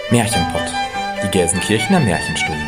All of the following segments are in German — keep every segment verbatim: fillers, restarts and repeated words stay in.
Märchenpott, die Gelsenkirchener Märchenstunde.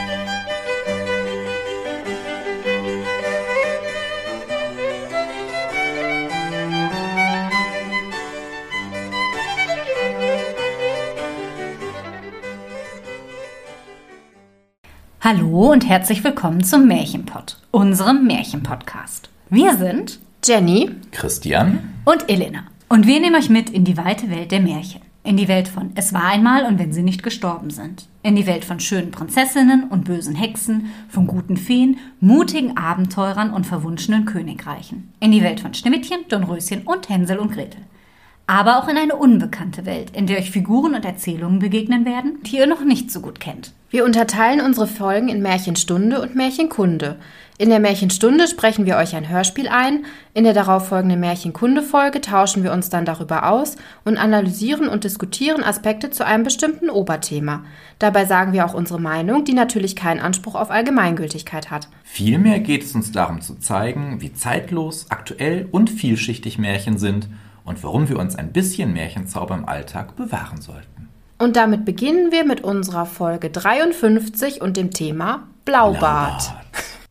Hallo und herzlich willkommen zum Märchenpott, unserem Märchenpodcast. Wir sind Jenny, Christian und Elena und wir nehmen euch mit in die weite Welt der Märchen. In die Welt von Es war einmal und wenn sie nicht gestorben sind. In die Welt von schönen Prinzessinnen und bösen Hexen, von guten Feen, mutigen Abenteurern und verwunschenen Königreichen. In die Welt von Schneewittchen, Dornröschen und Hänsel und Gretel. Aber auch in eine unbekannte Welt, in der euch Figuren und Erzählungen begegnen werden, die ihr noch nicht so gut kennt. Wir unterteilen unsere Folgen in Märchenstunde und Märchenkunde. In der Märchenstunde sprechen wir euch ein Hörspiel ein, in der darauffolgenden Märchenkunde-Folge tauschen wir uns dann darüber aus und analysieren und diskutieren Aspekte zu einem bestimmten Oberthema. Dabei sagen wir auch unsere Meinung, die natürlich keinen Anspruch auf Allgemeingültigkeit hat. Vielmehr geht es uns darum zu zeigen, wie zeitlos, aktuell und vielschichtig Märchen sind und warum wir uns ein bisschen Märchenzauber im Alltag bewahren sollten. Und damit beginnen wir mit unserer Folge dreiundfünfzig und dem Thema Blaubart. Blaubart.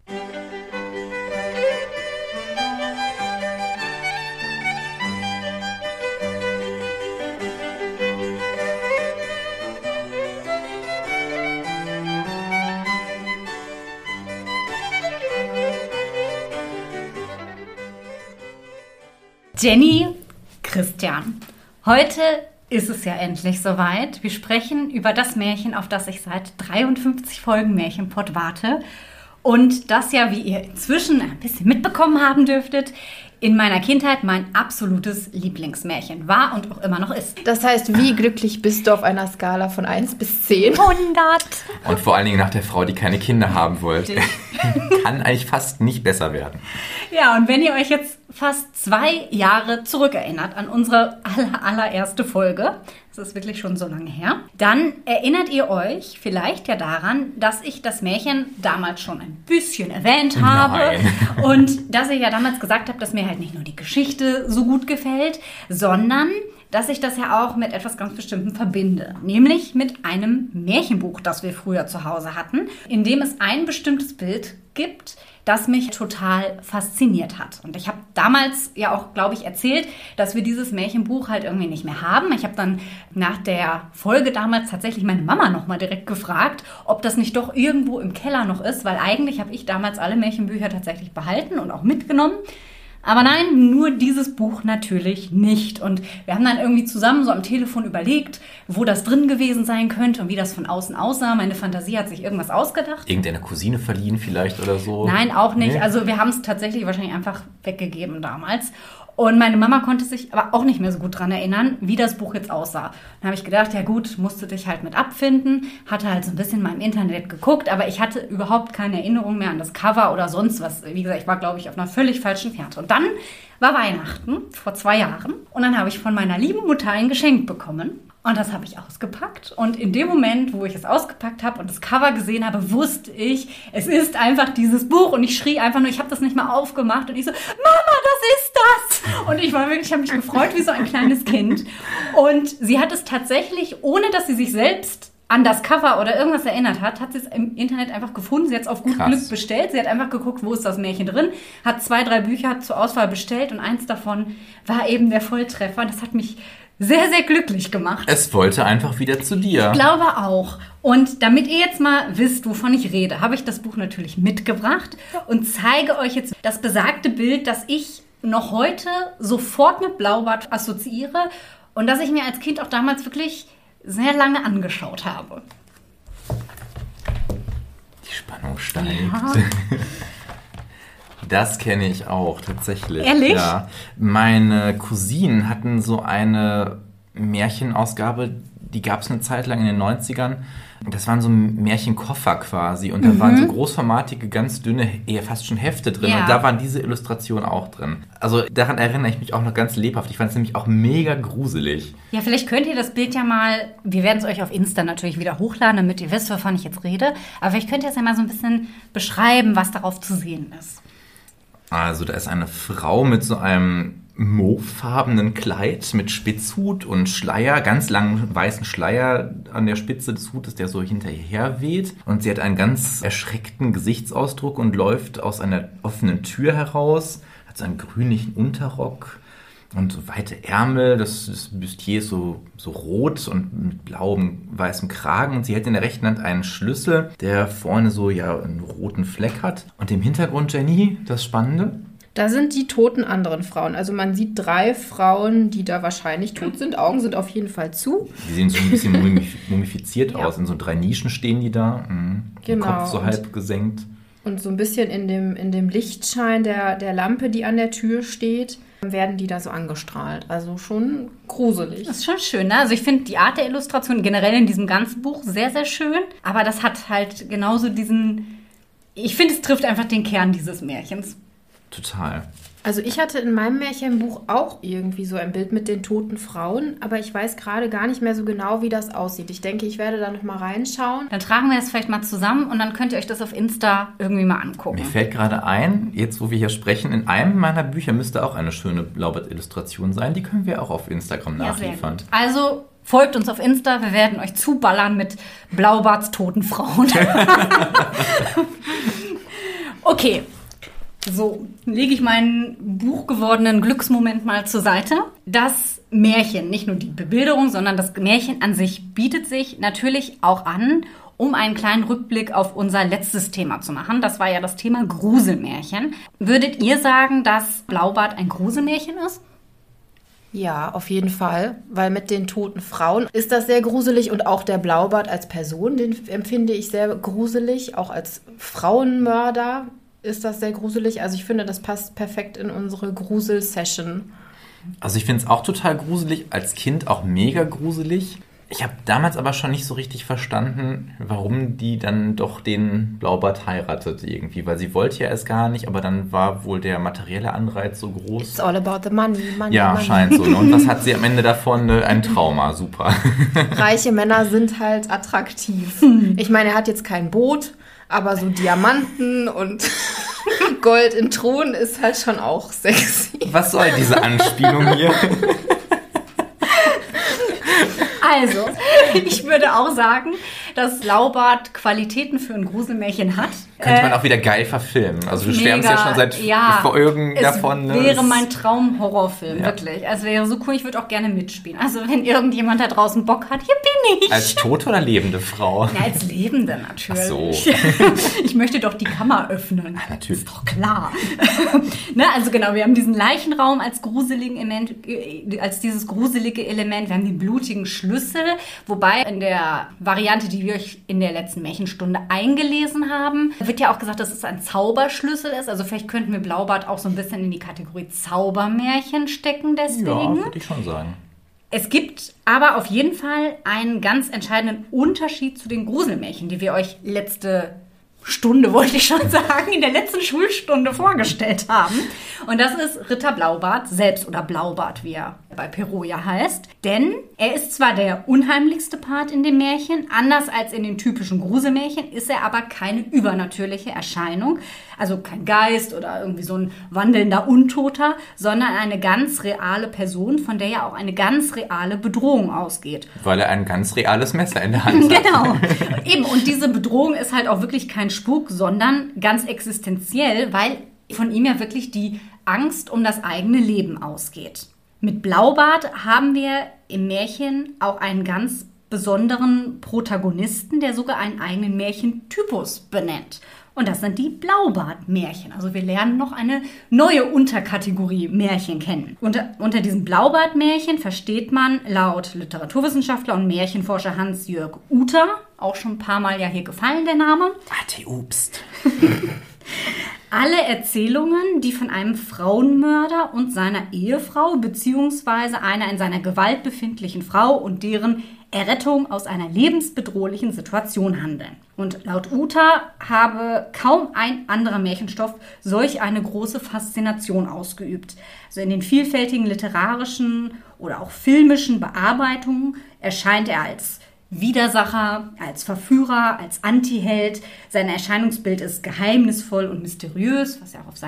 Jenny, Christian, heute ist es ja endlich soweit. Wir sprechen über das Märchen, auf das ich seit dreiundfünfzig Folgen Märchenpott warte. Und das ja, wie ihr inzwischen ein bisschen mitbekommen haben dürftet, in meiner Kindheit mein absolutes Lieblingsmärchen war und auch immer noch ist. Das heißt, wie glücklich bist du auf einer Skala von eins bis zehn? hundert! Und vor allen Dingen nach der Frau, die keine Kinder haben wollte. Kann eigentlich fast nicht besser werden. Ja, und wenn ihr euch jetzt fast zwei Jahre zurückerinnert an unsere aller, allererste Folge, das ist wirklich schon so lange her, dann erinnert ihr euch vielleicht ja daran, dass ich das Märchen damals schon ein bisschen erwähnt habe. Nein. Und dass ich ja damals gesagt habe, dass mir halt nicht nur die Geschichte so gut gefällt, sondern dass ich das ja auch mit etwas ganz Bestimmtem verbinde. Nämlich mit einem Märchenbuch, das wir früher zu Hause hatten, in dem es ein bestimmtes Bild gibt, das mich total fasziniert hat. Und ich habe damals ja auch, glaube ich, erzählt, dass wir dieses Märchenbuch halt irgendwie nicht mehr haben. Ich habe dann nach der Folge damals tatsächlich meine Mama nochmal direkt gefragt, ob das nicht doch irgendwo im Keller noch ist, weil eigentlich habe ich damals alle Märchenbücher tatsächlich behalten und auch mitgenommen. Aber nein, nur dieses Buch natürlich nicht. Und wir haben dann irgendwie zusammen so am Telefon überlegt, wo das drin gewesen sein könnte und wie das von außen aussah. Meine Fantasie hat sich irgendwas ausgedacht. Irgendeiner Cousine verliehen vielleicht oder so? Nein, auch nicht. Nee? Also wir haben es tatsächlich wahrscheinlich einfach weggegeben damals. Und meine Mama konnte sich aber auch nicht mehr so gut dran erinnern, wie das Buch jetzt aussah. Dann habe ich gedacht, ja gut, musst du dich halt mit abfinden. Hatte halt so ein bisschen mal im Internet geguckt, aber ich hatte überhaupt keine Erinnerung mehr an das Cover oder sonst was. Wie gesagt, ich war, glaube ich, auf einer völlig falschen Fährte. Und dann war Weihnachten vor zwei Jahren und dann habe ich von meiner lieben Mutter ein Geschenk bekommen. Und das habe ich ausgepackt. Und in dem Moment, wo ich es ausgepackt habe und das Cover gesehen habe, wusste ich, es ist einfach dieses Buch. Und ich schrie einfach nur, ich habe das nicht mal aufgemacht. Und ich so, Mama, das ist das! Und ich war wirklich, ich habe mich gefreut wie so ein kleines Kind. Und sie hat es tatsächlich, ohne dass sie sich selbst an das Cover oder irgendwas erinnert hat, hat sie es im Internet einfach gefunden. Sie hat es auf gut Krass. Glück bestellt. Sie hat einfach geguckt, wo ist das Märchen drin, hat zwei, drei Bücher zur Auswahl bestellt und eins davon war eben der Volltreffer. Das hat mich sehr, sehr glücklich gemacht. Es wollte einfach wieder zu dir. Ich glaube auch. Und damit ihr jetzt mal wisst, wovon ich rede, habe ich das Buch natürlich mitgebracht und zeige euch jetzt das besagte Bild, das ich noch heute sofort mit Blaubart assoziiere und das ich mir als Kind auch damals wirklich sehr lange angeschaut habe. Die Spannung steigt. Ja. Das kenne ich auch, tatsächlich. Ehrlich? Ja. Meine Cousinen hatten so eine Märchenausgabe, die gab es eine Zeit lang in den neunzigern. Das waren so Märchenkoffer quasi. Und da Mhm. waren so großformatige, ganz dünne, eher fast schon Hefte drin. Ja. Und da waren diese Illustrationen auch drin. Also daran erinnere ich mich auch noch ganz lebhaft. Ich fand es nämlich auch mega gruselig. Ja, vielleicht könnt ihr das Bild ja mal, wir werden es euch auf Insta natürlich wieder hochladen, damit ihr wisst, wovon ich jetzt rede. Aber vielleicht könnt ihr es ja mal so ein bisschen beschreiben, was darauf zu sehen ist. Also da ist eine Frau mit so einem mauvefarbenen Kleid mit Spitzhut und Schleier, ganz langen weißen Schleier an der Spitze des Hutes, der so hinterher weht. Und sie hat einen ganz erschreckten Gesichtsausdruck und läuft aus einer offenen Tür heraus, hat so einen grünlichen Unterrock und so weite Ärmel. Das, das Bustier ist so, so rot und mit blauem, weißem Kragen. Und sie hält in der rechten Hand einen Schlüssel, der vorne so ja einen roten Fleck hat. Und im Hintergrund, Jenny, das Spannende: Da sind die toten anderen Frauen. Also man sieht drei Frauen, die da wahrscheinlich tot sind. Augen sind auf jeden Fall zu. Die sehen so ein bisschen mumif- mumifiziert ja. aus. In so drei Nischen stehen die da. Mhm. Genau. Der Kopf so halb gesenkt. Und so ein bisschen in dem, in dem Lichtschein der, der Lampe, die an der Tür steht, werden die da so angestrahlt. Also schon gruselig. Das ist schon schön, ne? Also ich finde die Art der Illustration generell in diesem ganzen Buch sehr, sehr schön. Aber das hat halt genauso diesen... Ich finde, es trifft einfach den Kern dieses Märchens. Total. Also ich hatte in meinem Märchenbuch auch irgendwie so ein Bild mit den toten Frauen, aber ich weiß gerade gar nicht mehr so genau, wie das aussieht. Ich denke, ich werde da noch mal reinschauen. Dann tragen wir das vielleicht mal zusammen und dann könnt ihr euch das auf Insta irgendwie mal angucken. Mir fällt gerade ein, jetzt wo wir hier sprechen, in einem meiner Bücher müsste auch eine schöne Blaubart-Illustration sein. Die können wir auch auf Instagram nachliefern. Ja, also folgt uns auf Insta, wir werden euch zuballern mit Blaubarts toten Frauen. Okay. So, lege ich meinen buchgewordenen Glücksmoment mal zur Seite. Das Märchen, nicht nur die Bebilderung, sondern das Märchen an sich bietet sich natürlich auch an, um einen kleinen Rückblick auf unser letztes Thema zu machen. Das war ja das Thema Gruselmärchen. Würdet ihr sagen, dass Blaubart ein Gruselmärchen ist? Ja, auf jeden Fall, weil mit den toten Frauen ist das sehr gruselig und auch der Blaubart als Person, den empfinde ich sehr gruselig, auch als Frauenmörder ist das sehr gruselig. Also ich finde, das passt perfekt in unsere Grusel-Session. Also ich finde es auch total gruselig, als Kind auch mega gruselig. Ich habe damals aber schon nicht so richtig verstanden, warum die dann doch den Blaubart heiratet irgendwie, weil sie wollte ja erst gar nicht, aber dann war wohl der materielle Anreiz so groß. It's all about the money, money, Ja, money. scheint so. Ne? Und was hat sie am Ende davon? Ein Trauma, super. Reiche Männer sind halt attraktiv. Ich meine, er hat jetzt kein Boot, aber so Diamanten und Gold in Thron ist halt schon auch sexy. Was soll diese Anspielung hier? Also, ich würde auch sagen, dass Blaubart Qualitäten für ein Gruselmärchen hat. Könnte man auch wieder geil verfilmen. Also du schwärmst ja schon seit ja, Folgen es davon. Ne? wäre mein Traum-Horrorfilm, ja. wirklich. Es wäre so cool, ich würde auch gerne mitspielen. Also wenn irgendjemand da draußen Bock hat, hier bin ich. Als tote oder lebende Frau? Ja, als Lebende natürlich. Ach so. Ich möchte doch die Kammer öffnen. Ach, natürlich. Ist doch klar. Ne, also genau, wir haben diesen Leichenraum als gruseligen Element, als dieses gruselige Element. Wir haben die blutigen Schlüssel, wobei in der Variante, die wir euch in der letzten Märchenstunde eingelesen haben, wird ja auch gesagt, dass es ein Zauberschlüssel ist. Also vielleicht könnten wir Blaubart auch so ein bisschen in die Kategorie Zaubermärchen stecken deswegen. Ja, würde ich schon sagen. Es gibt aber auf jeden Fall einen ganz entscheidenden Unterschied zu den Gruselmärchen, die wir euch letzte Stunde, wollte ich schon sagen, in der letzten Schulstunde vorgestellt haben. Und das ist Ritter Blaubart selbst oder Blaubart, wie er bei Perrault ja heißt. Denn er ist zwar der unheimlichste Part in dem Märchen, anders als in den typischen Gruselmärchen, ist er aber keine übernatürliche Erscheinung. Also kein Geist oder irgendwie so ein wandelnder Untoter, sondern eine ganz reale Person, von der ja auch eine ganz reale Bedrohung ausgeht. Weil er ein ganz reales Messer in der Hand hat. Genau. Eben, und diese Bedrohung ist halt auch wirklich kein Spuk, sondern ganz existenziell, weil von ihm ja wirklich die Angst um das eigene Leben ausgeht. Mit Blaubart haben wir im Märchen auch einen ganz besonderen Protagonisten, der sogar einen eigenen Märchentypus benennt. Und das sind die Blaubart-Märchen. Also wir lernen noch eine neue Unterkategorie Märchen kennen. Unter, unter diesem Blaubart-Märchen versteht man laut Literaturwissenschaftler und Märchenforscher Hans-Jörg Uter, auch schon ein paar Mal ja hier gefallen, der Name. Ati Obst. Alle Erzählungen, die von einem Frauenmörder und seiner Ehefrau bzw. einer in seiner Gewalt befindlichen Frau und deren Errettung aus einer lebensbedrohlichen Situation handeln. Und laut Uta habe kaum ein anderer Märchenstoff solch eine große Faszination ausgeübt. Also in den vielfältigen literarischen oder auch filmischen Bearbeitungen erscheint er als Widersacher, als Verführer, als Antiheld. Sein Erscheinungsbild ist geheimnisvoll und mysteriös, was ja auch auf seinen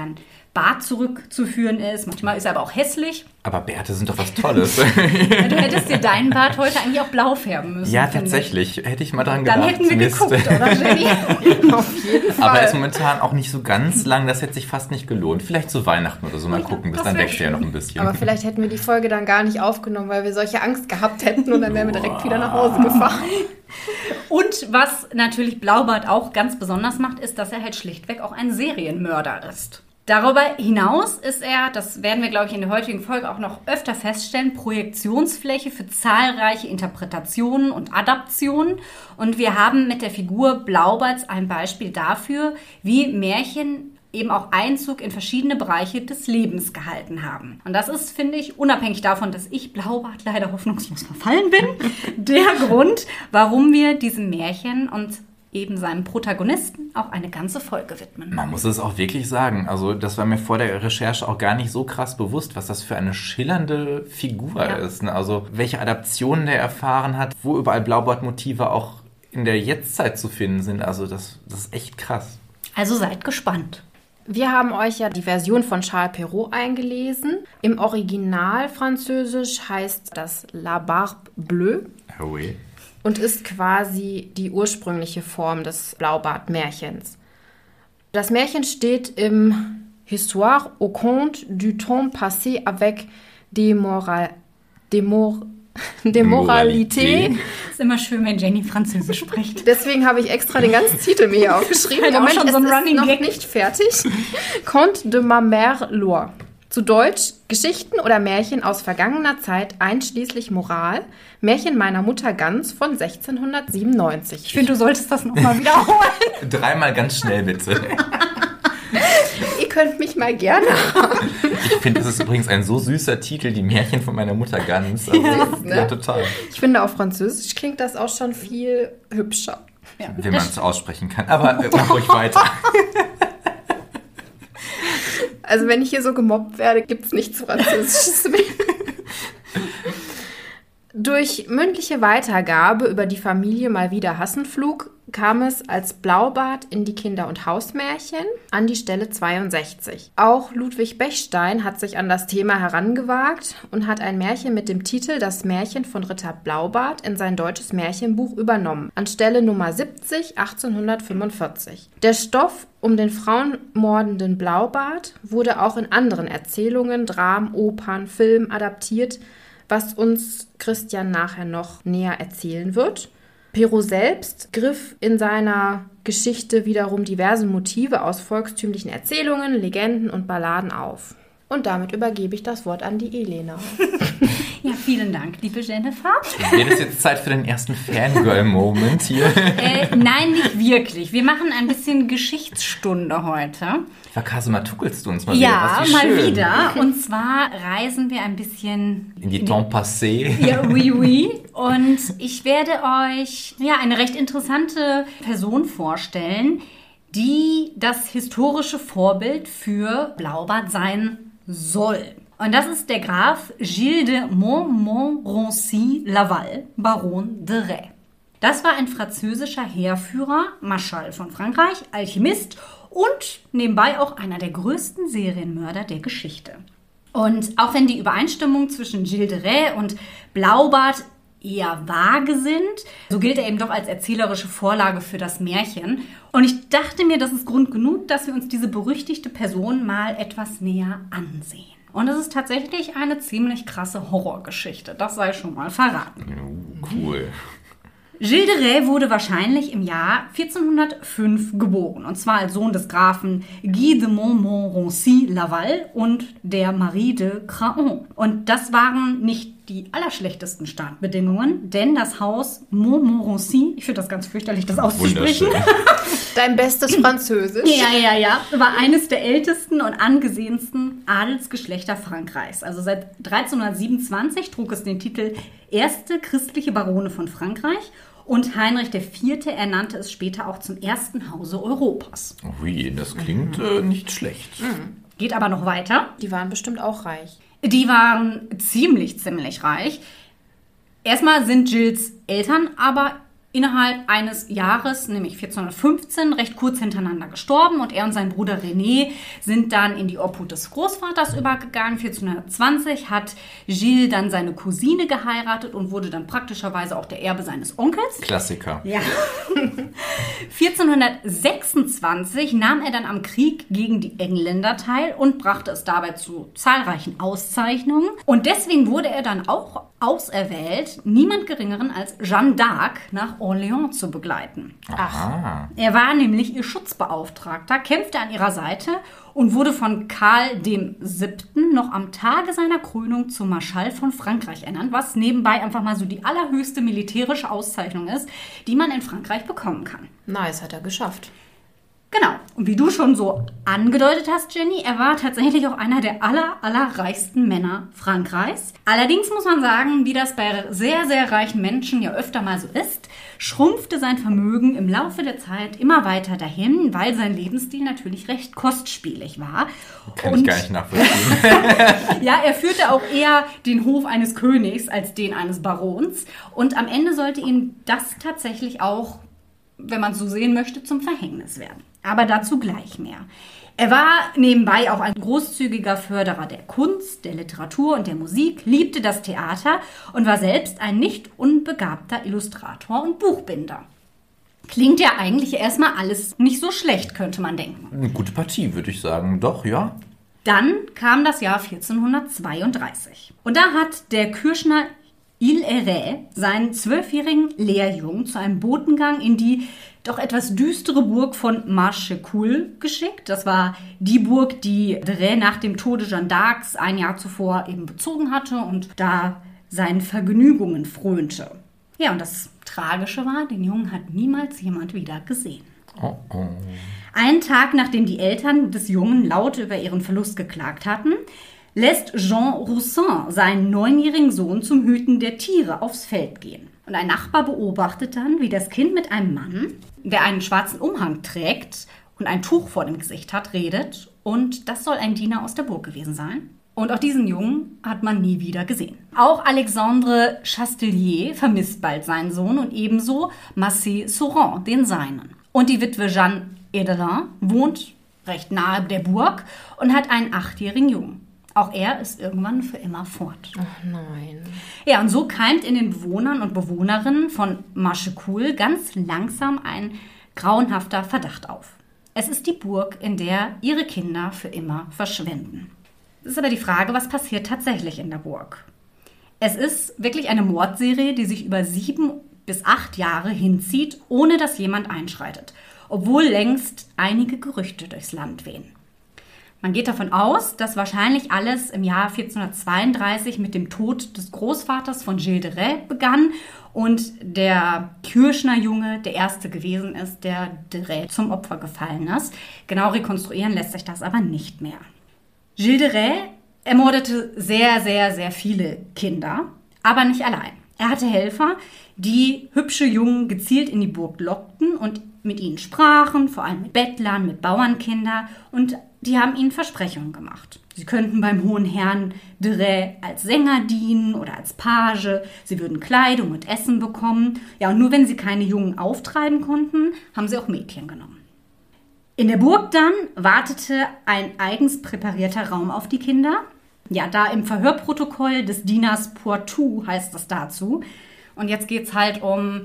Bart zurückzuführen ist. Manchmal ist er aber auch hässlich. Aber Bärte sind doch was Tolles. Ja, du hättest dir deinen Bart heute eigentlich auch blau färben müssen. Ja, tatsächlich. Ich. Hätte ich mal dran gedacht. Dann hätten wir Mist. geguckt, oder Jenny? Auf jeden Fall. Aber er ist momentan auch nicht so ganz lang. Das hätte sich fast nicht gelohnt. Vielleicht zu Weihnachten oder so. Mal gucken. Bis das dann wär wächst er ja noch ein bisschen. Aber vielleicht hätten wir die Folge dann gar nicht aufgenommen, weil wir solche Angst gehabt hätten und dann wären wir direkt wieder nach Hause gefahren. Und was natürlich Blaubart auch ganz besonders macht, ist, dass er halt schlichtweg auch ein Serienmörder ist. Darüber hinaus ist er, das werden wir, glaube ich, in der heutigen Folge auch noch öfter feststellen, Projektionsfläche für zahlreiche Interpretationen und Adaptionen. Und wir haben mit der Figur Blaubarts ein Beispiel dafür, wie Märchen eben auch Einzug in verschiedene Bereiche des Lebens gehalten haben. Und das ist, finde ich, unabhängig davon, dass ich Blaubart leider hoffnungslos verfallen bin, der Grund, warum wir diesem Märchen und eben seinem Protagonisten auch eine ganze Folge widmen. Man muss es auch wirklich sagen. Also das war mir vor der Recherche auch gar nicht so krass bewusst, was das für eine schillernde Figur ja. ist. Ne? Also welche Adaptionen der erfahren hat, wo überall Blaubart-Motive auch in der Jetztzeit zu finden sind. Also das, das ist echt krass. Also seid gespannt. Wir haben euch ja die Version von Charles Perrault eingelesen. Im Original Französisch heißt das La Barbe Bleue. Oh oui. Und ist quasi die ursprüngliche Form des Blaubart-Märchens. Das Märchen steht im Histoire au conte du temps passé avec des, moral, des, mor, des Moralités. Ist immer schön, wenn Jenny Französisch spricht. Deswegen habe ich extra den ganzen Titel mir hier aufgeschrieben. Halt Moment, auch schon es so ein ist Running noch Gag. nicht fertig. Conte de ma mère Loire. Zu Deutsch Geschichten oder Märchen aus vergangener Zeit, einschließlich Moral. Märchen meiner Mutter Gans von sechzehnhundertsiebenundneunzig. Ich finde, du solltest das nochmal wiederholen. Dreimal ganz schnell, bitte. Ihr könnt mich mal gerne haben. Ich finde, das ist übrigens ein so süßer Titel, die Märchen von meiner Mutter Gans. Also, Ja, ja, ne? total. Ich finde, auf Französisch klingt das auch schon viel hübscher. Ja. Wenn man es aussprechen kann. Aber äh, mach ruhig weiter. Also wenn ich hier so gemobbt werde, gibt es nichts Französisches mehr. Durch mündliche Weitergabe über die Familie Malwider Hassenpflug kam es als Blaubart in die Kinder- und Hausmärchen an die Stelle zweiundsechzig. Auch Ludwig Bechstein hat sich an das Thema herangewagt und hat ein Märchen mit dem Titel Das Märchen von Ritter Blaubart in sein deutsches Märchenbuch übernommen, an Stelle Nummer siebzig, achtzehnhundertfünfundvierzig. Der Stoff um den frauenmordenden Blaubart wurde auch in anderen Erzählungen, Dramen, Opern, Filmen adaptiert, was uns Christian nachher noch näher erzählen wird. Perrault selbst griff in seiner Geschichte wiederum diverse Motive aus volkstümlichen Erzählungen, Legenden und Balladen auf. Und damit übergebe ich das Wort an die Elena. Ja, vielen Dank, liebe Jennifer. Wird es jetzt Zeit für den ersten Fangirl-Moment hier? Äh, nein, nicht wirklich. Wir machen ein bisschen Geschichtsstunde heute. Vakasima, tuckelst du uns mal Ja, wieder? Ja, mal schön. wieder. Und zwar reisen wir ein bisschen In die temps passé. Ja, oui, oui. Und ich werde euch ja eine recht interessante Person vorstellen, die das historische Vorbild für Blaubart sein soll. Und das ist der Graf Gilles de Montmorency-Laval, Baron de Rais. Das war ein französischer Heerführer, Marschall von Frankreich, Alchemist und nebenbei auch einer der größten Serienmörder der Geschichte. Und auch wenn die Übereinstimmung zwischen Gilles de Rais und Blaubart eher vage sind, so gilt er eben doch als erzählerische Vorlage für das Märchen. Und ich dachte mir, das ist Grund genug, dass wir uns diese berüchtigte Person mal etwas näher ansehen. Und es ist tatsächlich eine ziemlich krasse Horrorgeschichte, das sei schon mal verraten. Oh, cool. Gilles de Rais wurde wahrscheinlich im Jahr vierzehnhundertfünf geboren, und zwar als Sohn des Grafen Guy de Montmorency-Laval und der Marie de Craon. Und das waren nicht die allerschlechtesten Startbedingungen, denn das Haus Montmorency, ich finde das ganz fürchterlich, das auszusprechen. Dein bestes Französisch. Ja, ja, ja. War eines der ältesten und angesehensten Adelsgeschlechter Frankreichs. Also seit dreizehnhundertsiebenundzwanzig trug es den Titel Erste christliche Barone von Frankreich. Und Heinrich der Vierte ernannte es später auch zum ersten Hause Europas. Ui, das klingt mhm. äh, nicht schlecht. Mhm. Geht aber noch weiter. Die waren bestimmt auch reich. Die waren ziemlich, ziemlich reich. Erstmal sind Gilles Eltern aber innerhalb eines Jahres, nämlich vierzehnhundertfünfzehn, recht kurz hintereinander gestorben und er und sein Bruder René sind dann in die Obhut des Großvaters übergegangen. vierzehnhundertzwanzig hat Gilles dann seine Cousine geheiratet und wurde dann praktischerweise auch der Erbe seines Onkels. Klassiker. Ja. vierzehnhundertsechsundzwanzig nahm er dann am Krieg gegen die Engländer teil und brachte es dabei zu zahlreichen Auszeichnungen. Und deswegen wurde er dann auch auserwählt, niemand Geringeren als Jeanne d'Arc nach Orléans zu begleiten. Aha. Er war nämlich ihr Schutzbeauftragter, kämpfte an ihrer Seite und wurde von Karl dem Siebten noch am Tage seiner Krönung zum Marschall von Frankreich ernannt, was nebenbei einfach mal so die allerhöchste militärische Auszeichnung ist, die man in Frankreich bekommen kann. Nice, hat er geschafft. Genau. Und wie du schon so angedeutet hast, Jenny, er war tatsächlich auch einer der aller, allerreichsten Männer Frankreichs. Allerdings muss man sagen, wie das bei sehr, sehr reichen Menschen ja öfter mal so ist, schrumpfte sein Vermögen im Laufe der Zeit immer weiter dahin, weil sein Lebensstil natürlich recht kostspielig war. Kann Und ich gar nicht nachvollziehen. ja, er führte auch eher den Hof eines Königs als den eines Barons. Und am Ende sollte ihm das tatsächlich auch, wenn man es so sehen möchte, zum Verhängnis werden. Aber dazu gleich mehr. Er war nebenbei auch ein großzügiger Förderer der Kunst, der Literatur und der Musik, liebte das Theater und war selbst ein nicht unbegabter Illustrator und Buchbinder. Klingt ja eigentlich erstmal alles nicht so schlecht, könnte man denken. Eine gute Partie, würde ich sagen. Doch, ja. Dann kam das Jahr vierzehnhundertzweiunddreißig. Und da hat der Kürschner Hilleray seinen zwölfjährigen Lehrjungen zu einem Botengang in die doch etwas düstere Burg von Marchecoul geschickt. Das war die Burg, die Dray nach dem Tode Jeanne d'Arcs ein Jahr zuvor eben bezogen hatte und da seinen Vergnügungen frönte. Ja, und das Tragische war, den Jungen hat niemals jemand wieder gesehen. Oh, oh. Einen Tag, nachdem die Eltern des Jungen laut über ihren Verlust geklagt hatten, lässt Jean Roussin seinen neunjährigen Sohn zum Hüten der Tiere aufs Feld gehen. Und ein Nachbar beobachtet dann, wie das Kind mit einem Mann, der einen schwarzen Umhang trägt und ein Tuch vor dem Gesicht hat, redet. Und das soll ein Diener aus der Burg gewesen sein. Und auch diesen Jungen hat man nie wieder gesehen. Auch Alexandre Chastelier vermisst bald seinen Sohn und ebenso Massé Sauron, den seinen. Und die Witwe Jeanne Edelin wohnt recht nahe der Burg und hat einen achtjährigen Jungen. Auch er ist irgendwann für immer fort. Ach nein. Ja, und so keimt in den Bewohnern und Bewohnerinnen von Marchecoul ganz langsam ein grauenhafter Verdacht auf. Es ist die Burg, in der ihre Kinder für immer verschwinden. Es ist aber die Frage, was passiert tatsächlich in der Burg? Es ist wirklich eine Mordserie, die sich über sieben bis acht Jahre hinzieht, ohne dass jemand einschreitet, obwohl längst einige Gerüchte durchs Land wehen. Man geht davon aus, dass wahrscheinlich alles im Jahr vierzehnhundertzweiunddreißig mit dem Tod des Großvaters von Gilles de Rais begann und der Kürschner Junge der erste gewesen ist, der de Rais zum Opfer gefallen ist. Genau rekonstruieren lässt sich das aber nicht mehr. Gilles de Rais ermordete sehr, sehr, sehr viele Kinder, aber nicht allein. Er hatte Helfer, die hübsche Jungen gezielt in die Burg lockten und mit ihnen sprachen, vor allem mit Bettlern, mit Bauernkindern, und die haben ihnen Versprechungen gemacht. Sie könnten beim hohen Herrn de Rais als Sänger dienen oder als Page, sie würden Kleidung und Essen bekommen. Ja, und nur wenn sie keine Jungen auftreiben konnten, haben sie auch Mädchen genommen. In der Burg dann wartete ein eigens präparierter Raum auf die Kinder. Ja, da im Verhörprotokoll des Dieners Poitou heißt das dazu. Und jetzt geht es halt um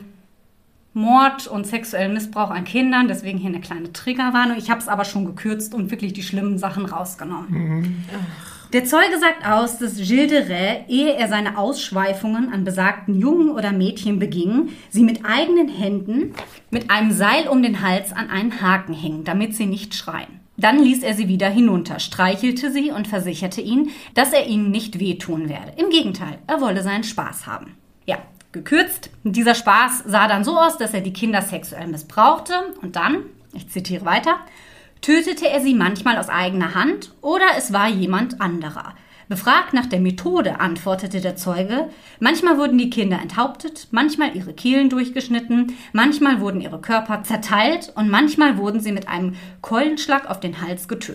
Mord und sexuellen Missbrauch an Kindern. Deswegen hier eine kleine Triggerwarnung. Ich habe es aber schon gekürzt und wirklich die schlimmen Sachen rausgenommen. Mhm. Der Zeuge sagt aus, dass Gilles de Rais, ehe er seine Ausschweifungen an besagten Jungen oder Mädchen beging, sie mit eigenen Händen mit einem Seil um den Hals an einen Haken hing, damit sie nicht schreien. Dann ließ er sie wieder hinunter, streichelte sie und versicherte ihn, dass er ihnen nicht wehtun werde. Im Gegenteil, er wolle seinen Spaß haben. Ja, gekürzt. Dieser Spaß sah dann so aus, dass er die Kinder sexuell missbrauchte und dann, ich zitiere weiter, tötete er sie manchmal aus eigener Hand oder es war jemand anderer. Befragt nach der Methode, antwortete der Zeuge, manchmal wurden die Kinder enthauptet, manchmal ihre Kehlen durchgeschnitten, manchmal wurden ihre Körper zerteilt und manchmal wurden sie mit einem Keulenschlag auf den Hals getötet.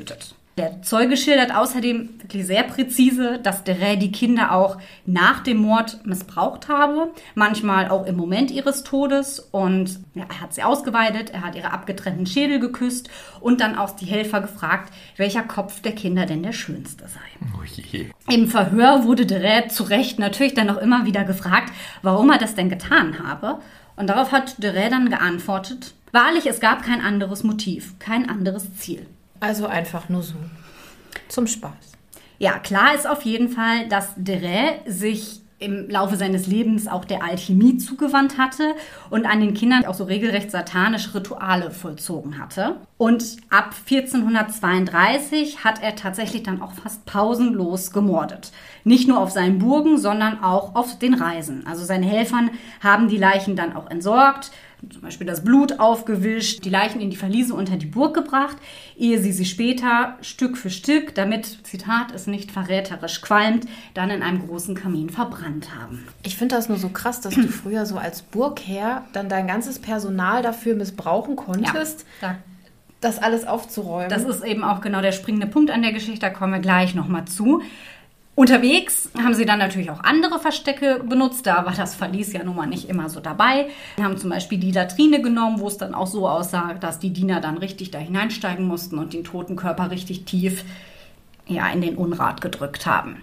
Der Zeuge schildert außerdem wirklich sehr präzise, dass de Rey die Kinder auch nach dem Mord missbraucht habe, manchmal auch im Moment ihres Todes. Und ja, er hat sie ausgeweidet, er hat ihre abgetrennten Schädel geküsst und dann auch die Helfer gefragt, welcher Kopf der Kinder denn der schönste sei. Oh je. Im Verhör wurde de Rey zu Recht natürlich dann auch immer wieder gefragt, warum er das denn getan habe. Und darauf hat de Rey dann geantwortet, wahrlich, es gab kein anderes Motiv, kein anderes Ziel. Also einfach nur so. Zum Spaß. Ja, klar ist auf jeden Fall, dass de Rey sich im Laufe seines Lebens auch der Alchemie zugewandt hatte und an den Kindern auch so regelrecht satanische Rituale vollzogen hatte. Und ab vierzehnhundertzweiunddreißig hat er tatsächlich dann auch fast pausenlos gemordet. Nicht nur auf seinen Burgen, sondern auch auf den Reisen. Also seine Helfern haben die Leichen dann auch entsorgt, zum Beispiel das Blut aufgewischt, die Leichen in die Verliese unter die Burg gebracht, ehe sie sie später Stück für Stück, damit, Zitat, es nicht verräterisch qualmt, dann in einem großen Kamin verbrannt haben. Ich finde das nur so krass, dass du früher so als Burgherr dann dein ganzes Personal dafür missbrauchen konntest, Ja, das alles aufzuräumen. das ist eben auch genau der springende Punkt an der Geschichte, da kommen wir gleich nochmal zu. Unterwegs haben sie dann natürlich auch andere Verstecke benutzt, da war das Verlies ja nun mal nicht immer so dabei. Sie haben zum Beispiel die Latrine genommen, wo es dann auch so aussah, dass die Diener dann richtig da hineinsteigen mussten und den toten Körper richtig tief ja, in den Unrat gedrückt haben.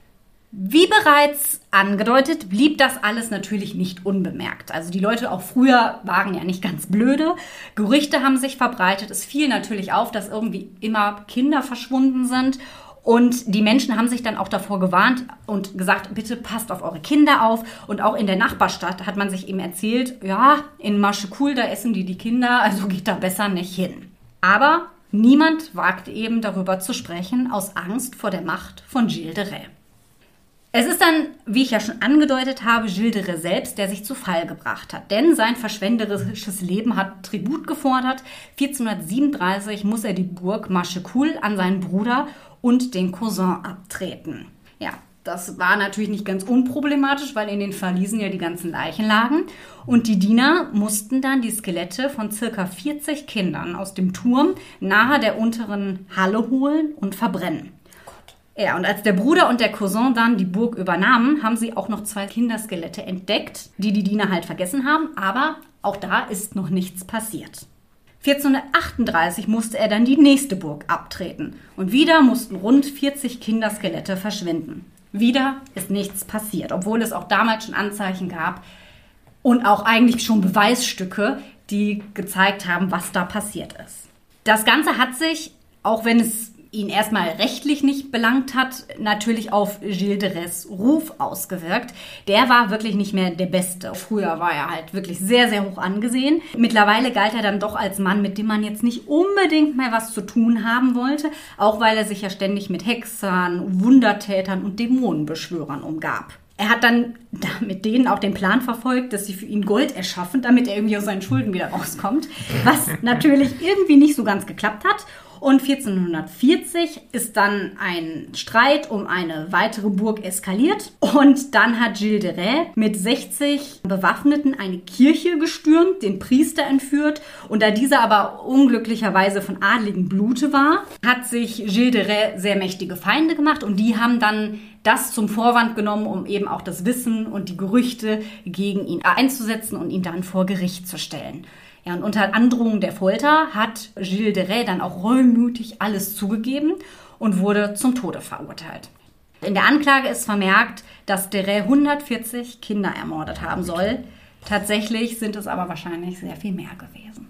Wie bereits angedeutet, blieb das alles natürlich nicht unbemerkt. Also die Leute auch früher waren ja nicht ganz blöde. Gerüchte haben sich verbreitet. Es fiel natürlich auf, dass irgendwie immer Kinder verschwunden sind. Und die Menschen haben sich dann auch davor gewarnt und gesagt, bitte passt auf eure Kinder auf. Und auch in der Nachbarstadt hat man sich eben erzählt, ja, in Maschekul, da essen die die Kinder, also geht da besser nicht hin. Aber niemand wagte eben darüber zu sprechen, aus Angst vor der Macht von Gilles de Rais. Es ist dann, wie ich ja schon angedeutet habe, Gilles de Rais selbst, der sich zu Fall gebracht hat. Denn sein verschwenderisches Leben hat Tribut gefordert. vierzehnhundertsiebenunddreißig muss er die Burg Maschekul an seinen Bruder und den Cousin abtreten. Ja, das war natürlich nicht ganz unproblematisch, weil in den Verliesen ja die ganzen Leichen lagen. Und die Diener mussten dann die Skelette von circa vierzig Kindern aus dem Turm nahe der unteren Halle holen und verbrennen. Ja, und als der Bruder und der Cousin dann die Burg übernahmen, haben sie auch noch zwei Kinderskelette entdeckt, die die Diener halt vergessen haben. Aber auch da ist noch nichts passiert. vierzehnhundertachtunddreißig musste er dann die nächste Burg abtreten. Und wieder mussten rund vierzig Kinderskelette verschwinden. Wieder ist nichts passiert, obwohl es auch damals schon Anzeichen gab und auch eigentlich schon Beweisstücke, die gezeigt haben, was da passiert ist. Das Ganze hat sich, auch wenn es ihn erstmal rechtlich nicht belangt hat, natürlich auf Gilles de Rais' Ruf ausgewirkt. Der war wirklich nicht mehr der Beste. Früher war er halt wirklich sehr, sehr hoch angesehen. Mittlerweile galt er dann doch als Mann, mit dem man jetzt nicht unbedingt mehr was zu tun haben wollte, auch weil er sich ja ständig mit Hexern, Wundertätern und Dämonenbeschwörern umgab. Er hat dann mit denen auch den Plan verfolgt, dass sie für ihn Gold erschaffen, damit er irgendwie aus seinen Schulden wieder rauskommt, was natürlich irgendwie nicht so ganz geklappt hat. Und vierzehnhundertvierzig ist dann ein Streit um eine weitere Burg eskaliert. Und dann hat Gilles de Rais mit sechzig Bewaffneten eine Kirche gestürmt, den Priester entführt. Und da dieser aber unglücklicherweise von adligem Blute war, hat sich Gilles de Rais sehr mächtige Feinde gemacht. Und die haben dann das zum Vorwand genommen, um eben auch das Wissen und die Gerüchte gegen ihn einzusetzen und ihn dann vor Gericht zu stellen. Ja, und unter Androhung der Folter hat Gilles de Rais dann auch reumütig alles zugegeben und wurde zum Tode verurteilt. In der Anklage ist vermerkt, dass de Rais hundertvierzig Kinder ermordet haben soll. Tatsächlich sind es aber wahrscheinlich sehr viel mehr gewesen.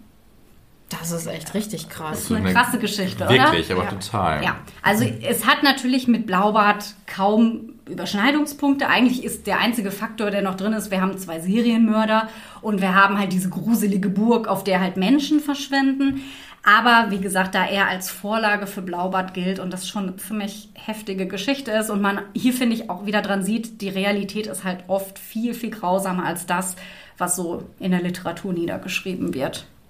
Das ist echt richtig krass. Das ist eine krasse Geschichte, wirklich, oder? Wirklich, aber ja. total. Ja, also es hat natürlich mit Blaubart kaum Überschneidungspunkte. Eigentlich ist der einzige Faktor, der noch drin ist, wir haben zwei Serienmörder und wir haben halt diese gruselige Burg, auf der halt Menschen verschwinden. Aber wie gesagt, da er als Vorlage für Blaubart gilt und das schon eine ziemlich heftige Geschichte ist und man hier, finde ich, auch wieder dran sieht, die Realität ist halt oft viel, viel grausamer als das, was so in der Literatur niedergeschrieben wird.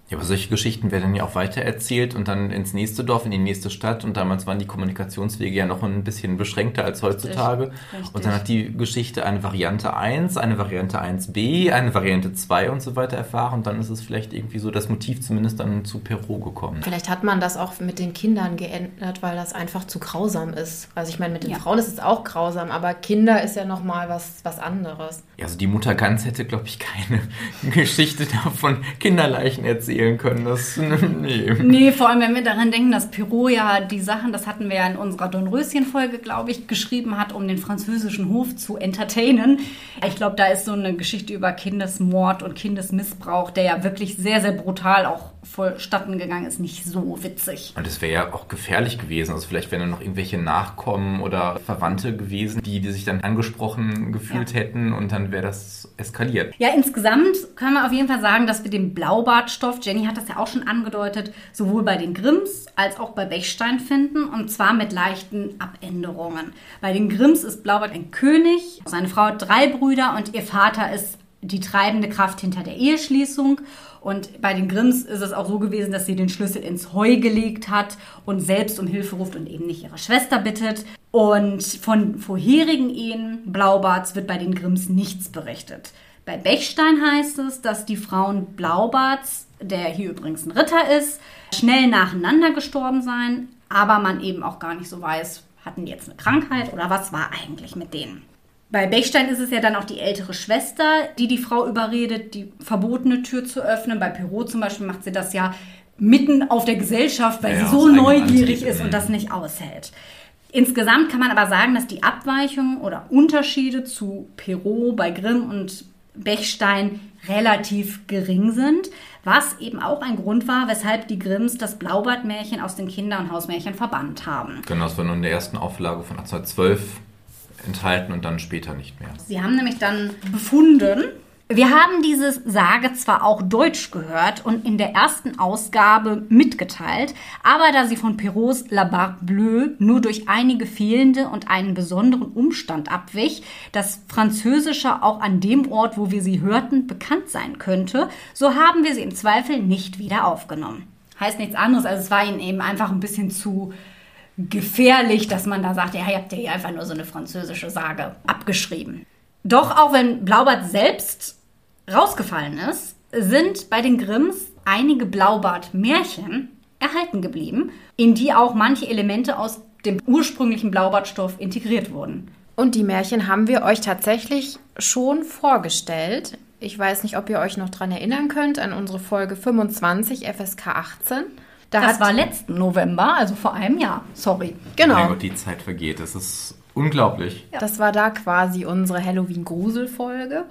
Ja, aber solche Geschichten werden dann ja auch weitererzählt und dann ins nächste Dorf, in die nächste Stadt. Und damals waren die Kommunikationswege ja noch ein bisschen beschränkter als heutzutage. Richtig. Und dann hat die Geschichte eine Variante eins, eine Variante eins b, eine Variante zwei und so weiter erfahren. Und dann ist es vielleicht irgendwie so das Motiv zumindest dann zu Perrault gekommen. Vielleicht hat man das auch mit den Kindern geändert, weil das einfach zu grausam ist. Also ich meine, mit den Ja. Frauen ist es auch grausam, aber Kinder ist ja nochmal was, was anderes. Ja, also die Mutter Gans hätte, glaube ich, keine Geschichte davon Kinderleichen erzählen können. Das, nee. Nee, vor allem, wenn wir daran denken, dass Perrault ja die Sachen, das hatten wir ja in unserer Dornröschen-Folge, glaube ich, geschrieben hat, um den französischen Hof zu entertainen. Ich glaube, da ist so eine Geschichte über Kindesmord und Kindesmissbrauch, der ja wirklich sehr, sehr brutal auch vollstatten gegangen ist, nicht so witzig. Und es wäre ja auch gefährlich gewesen. Also vielleicht wären dann noch irgendwelche Nachkommen oder Verwandte gewesen, die, die sich dann angesprochen gefühlt Ja. hätten und dann wäre das eskaliert. Ja, insgesamt können wir auf jeden Fall sagen, dass wir den Blaubartstoff, Jenny hat das ja auch schon angedeutet, sowohl bei den Grimms als auch bei Bechstein finden, und zwar mit leichten Abänderungen. Bei den Grimms ist Blaubart ein König, seine Frau hat drei Brüder und ihr Vater ist die treibende Kraft hinter der Eheschließung. Und bei den Grimms ist es auch so gewesen, dass sie den Schlüssel ins Heu gelegt hat und selbst um Hilfe ruft und eben nicht ihre Schwester bittet. Und von vorherigen Ehen Blaubarts wird bei den Grimms nichts berichtet. Bei Bechstein heißt es, dass die Frauen Blaubarts, der hier übrigens ein Ritter ist, schnell nacheinander gestorben seien, aber man eben auch gar nicht so weiß, hatten die jetzt eine Krankheit oder was war eigentlich mit denen. Bei Bechstein ist es ja dann auch die ältere Schwester, die die Frau überredet, die verbotene Tür zu öffnen. Bei Perrault zum Beispiel macht sie das ja mitten auf der Gesellschaft, weil Ja, sie so aus eigenem neugierig Antrieb. ist und das nicht aushält. Insgesamt kann man aber sagen, dass die Abweichungen oder Unterschiede zu Perrault bei Grimm und Bechstein relativ gering sind, was eben auch ein Grund war, weshalb die Grimms das Blaubartmärchen aus den Kinder- und Hausmärchen verbannt haben. Genau, das war nur in der ersten Auflage von achtzehnhundertzwölf enthalten und dann später nicht mehr. Sie haben nämlich dann befunden, wir haben diese Sage zwar auch deutsch gehört und in der ersten Ausgabe mitgeteilt, aber da sie von Perraults La Barbe Bleue nur durch einige fehlende und einen besonderen Umstand abwich, dass Französische auch an dem Ort, wo wir sie hörten, bekannt sein könnte, so haben wir sie im Zweifel nicht wieder aufgenommen. Heißt nichts anderes, also es war ihnen eben einfach ein bisschen zu gefährlich, dass man da sagt, ja, ihr habt ja hier einfach nur so eine französische Sage abgeschrieben. Doch auch wenn Blaubart selbst rausgefallen ist, sind bei den Grimms einige Blaubart-Märchen erhalten geblieben, in die auch manche Elemente aus dem ursprünglichen Blaubartstoff integriert wurden. Und die Märchen haben wir euch tatsächlich schon vorgestellt. Ich weiß nicht, ob ihr euch noch dran erinnern könnt, an unsere Folge fünfundzwanzig, F S K achtzehn. Da Das hat, war letzten November, also vor einem Jahr. Sorry. genau. Mein Gott, die Zeit vergeht. Das ist unglaublich. Das war da quasi unsere Halloween-Grusel-Folge.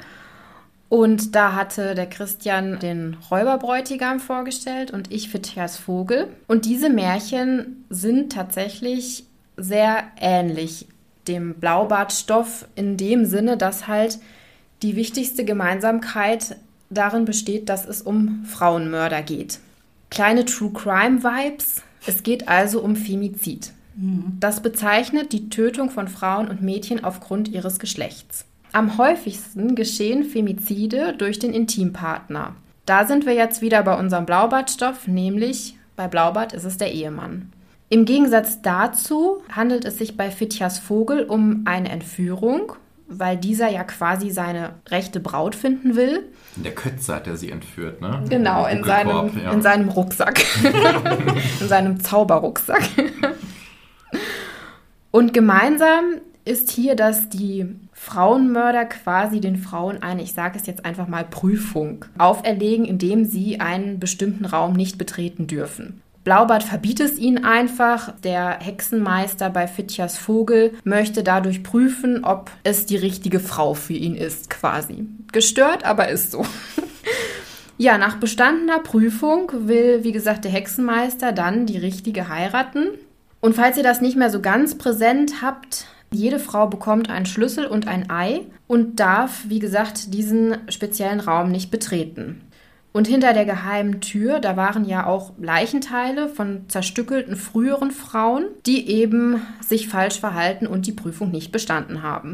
Und da hatte der Christian den Räuberbräutigam vorgestellt und ich Phineas Vogel. Und diese Märchen sind tatsächlich sehr ähnlich dem Blaubartstoff in dem Sinne, dass halt die wichtigste Gemeinsamkeit darin besteht, dass es um Frauenmörder geht. Kleine True-Crime-Vibes. Es geht also um Femizid. Das bezeichnet die Tötung von Frauen und Mädchen aufgrund ihres Geschlechts. Am häufigsten geschehen Femizide durch den Intimpartner. Da sind wir jetzt wieder bei unserem Blaubartstoff, nämlich bei Blaubart ist es der Ehemann. Im Gegensatz dazu handelt es sich bei Phineas Vogel um eine Entführung, weil dieser ja quasi seine rechte Braut finden will. In der Kötze hat er sie entführt, ne? Genau, in seinem, Buckelkorb, ja. in seinem Rucksack. In seinem Zauberrucksack. Und gemeinsam ist hier, dass die Frauenmörder quasi den Frauen eine, ich sage es jetzt einfach mal, Prüfung auferlegen, indem sie einen bestimmten Raum nicht betreten dürfen. Blaubart verbietet es ihnen einfach. Der Hexenmeister bei Phineas Vogel möchte dadurch prüfen, ob es die richtige Frau für ihn ist, quasi. Gestört, aber ist so. Ja, nach bestandener Prüfung will, wie gesagt, der Hexenmeister dann die richtige heiraten. Und falls ihr das nicht mehr so ganz präsent habt, jede Frau bekommt einen Schlüssel und ein Ei und darf, wie gesagt, diesen speziellen Raum nicht betreten. Und hinter der geheimen Tür, da waren ja auch Leichenteile von zerstückelten früheren Frauen, die eben sich falsch verhalten und die Prüfung nicht bestanden haben.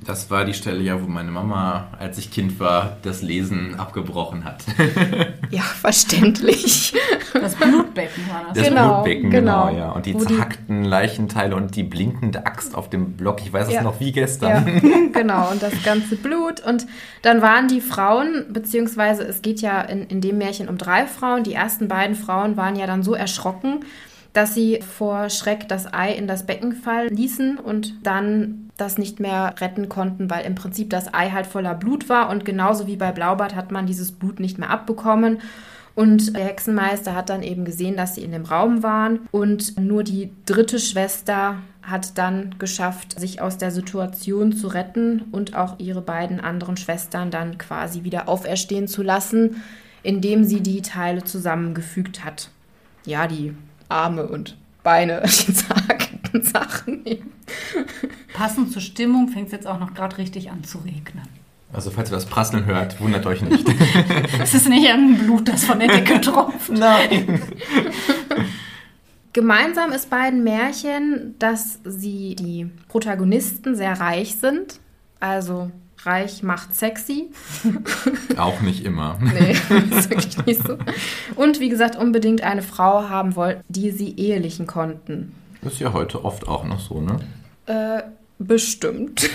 Das war die Stelle, ja, wo meine Mama, als ich Kind war, das Lesen abgebrochen hat. Ja, verständlich. Das Blutbecken war das. Das Genau, Blutbecken, genau. genau, ja. Und die Wo die- zerhackten Leichenteile und die blinkende Axt auf dem Block. Ich weiß es Ja. noch wie Ja, gestern. genau. Und das ganze Blut. Und dann waren die Frauen, beziehungsweise es geht ja in, in dem Märchen um drei Frauen. Die ersten beiden Frauen waren ja dann so erschrocken, dass sie vor Schreck das Ei in das Becken fallen ließen und dann das nicht mehr retten konnten, weil im Prinzip das Ei halt voller Blut war. Und genauso wie bei Blaubart hat man dieses Blut nicht mehr abbekommen. Und der Hexenmeister hat dann eben gesehen, dass sie in dem Raum waren. Und nur die dritte Schwester hat dann geschafft, sich aus der Situation zu retten und auch ihre beiden anderen Schwestern dann quasi wieder auferstehen zu lassen, indem sie die Teile zusammengefügt hat. Ja, die Arme und Beine, die zerhackten Sachen eben. Passend zur Stimmung fängt es jetzt auch noch gerade richtig an zu regnen. Also falls ihr das Prasseln hört, wundert euch nicht. Es ist nicht ein Blut, das von der Decke tropft. Nein. Gemeinsam ist beiden Märchen, dass sie, die Protagonisten, sehr reich sind. Also reich macht sexy. Auch nicht immer. Nee, ist wirklich nicht so. Und wie gesagt, unbedingt eine Frau haben wollten, die sie ehelichen konnten. Ist ja heute oft auch noch so, ne? Äh, bestimmt.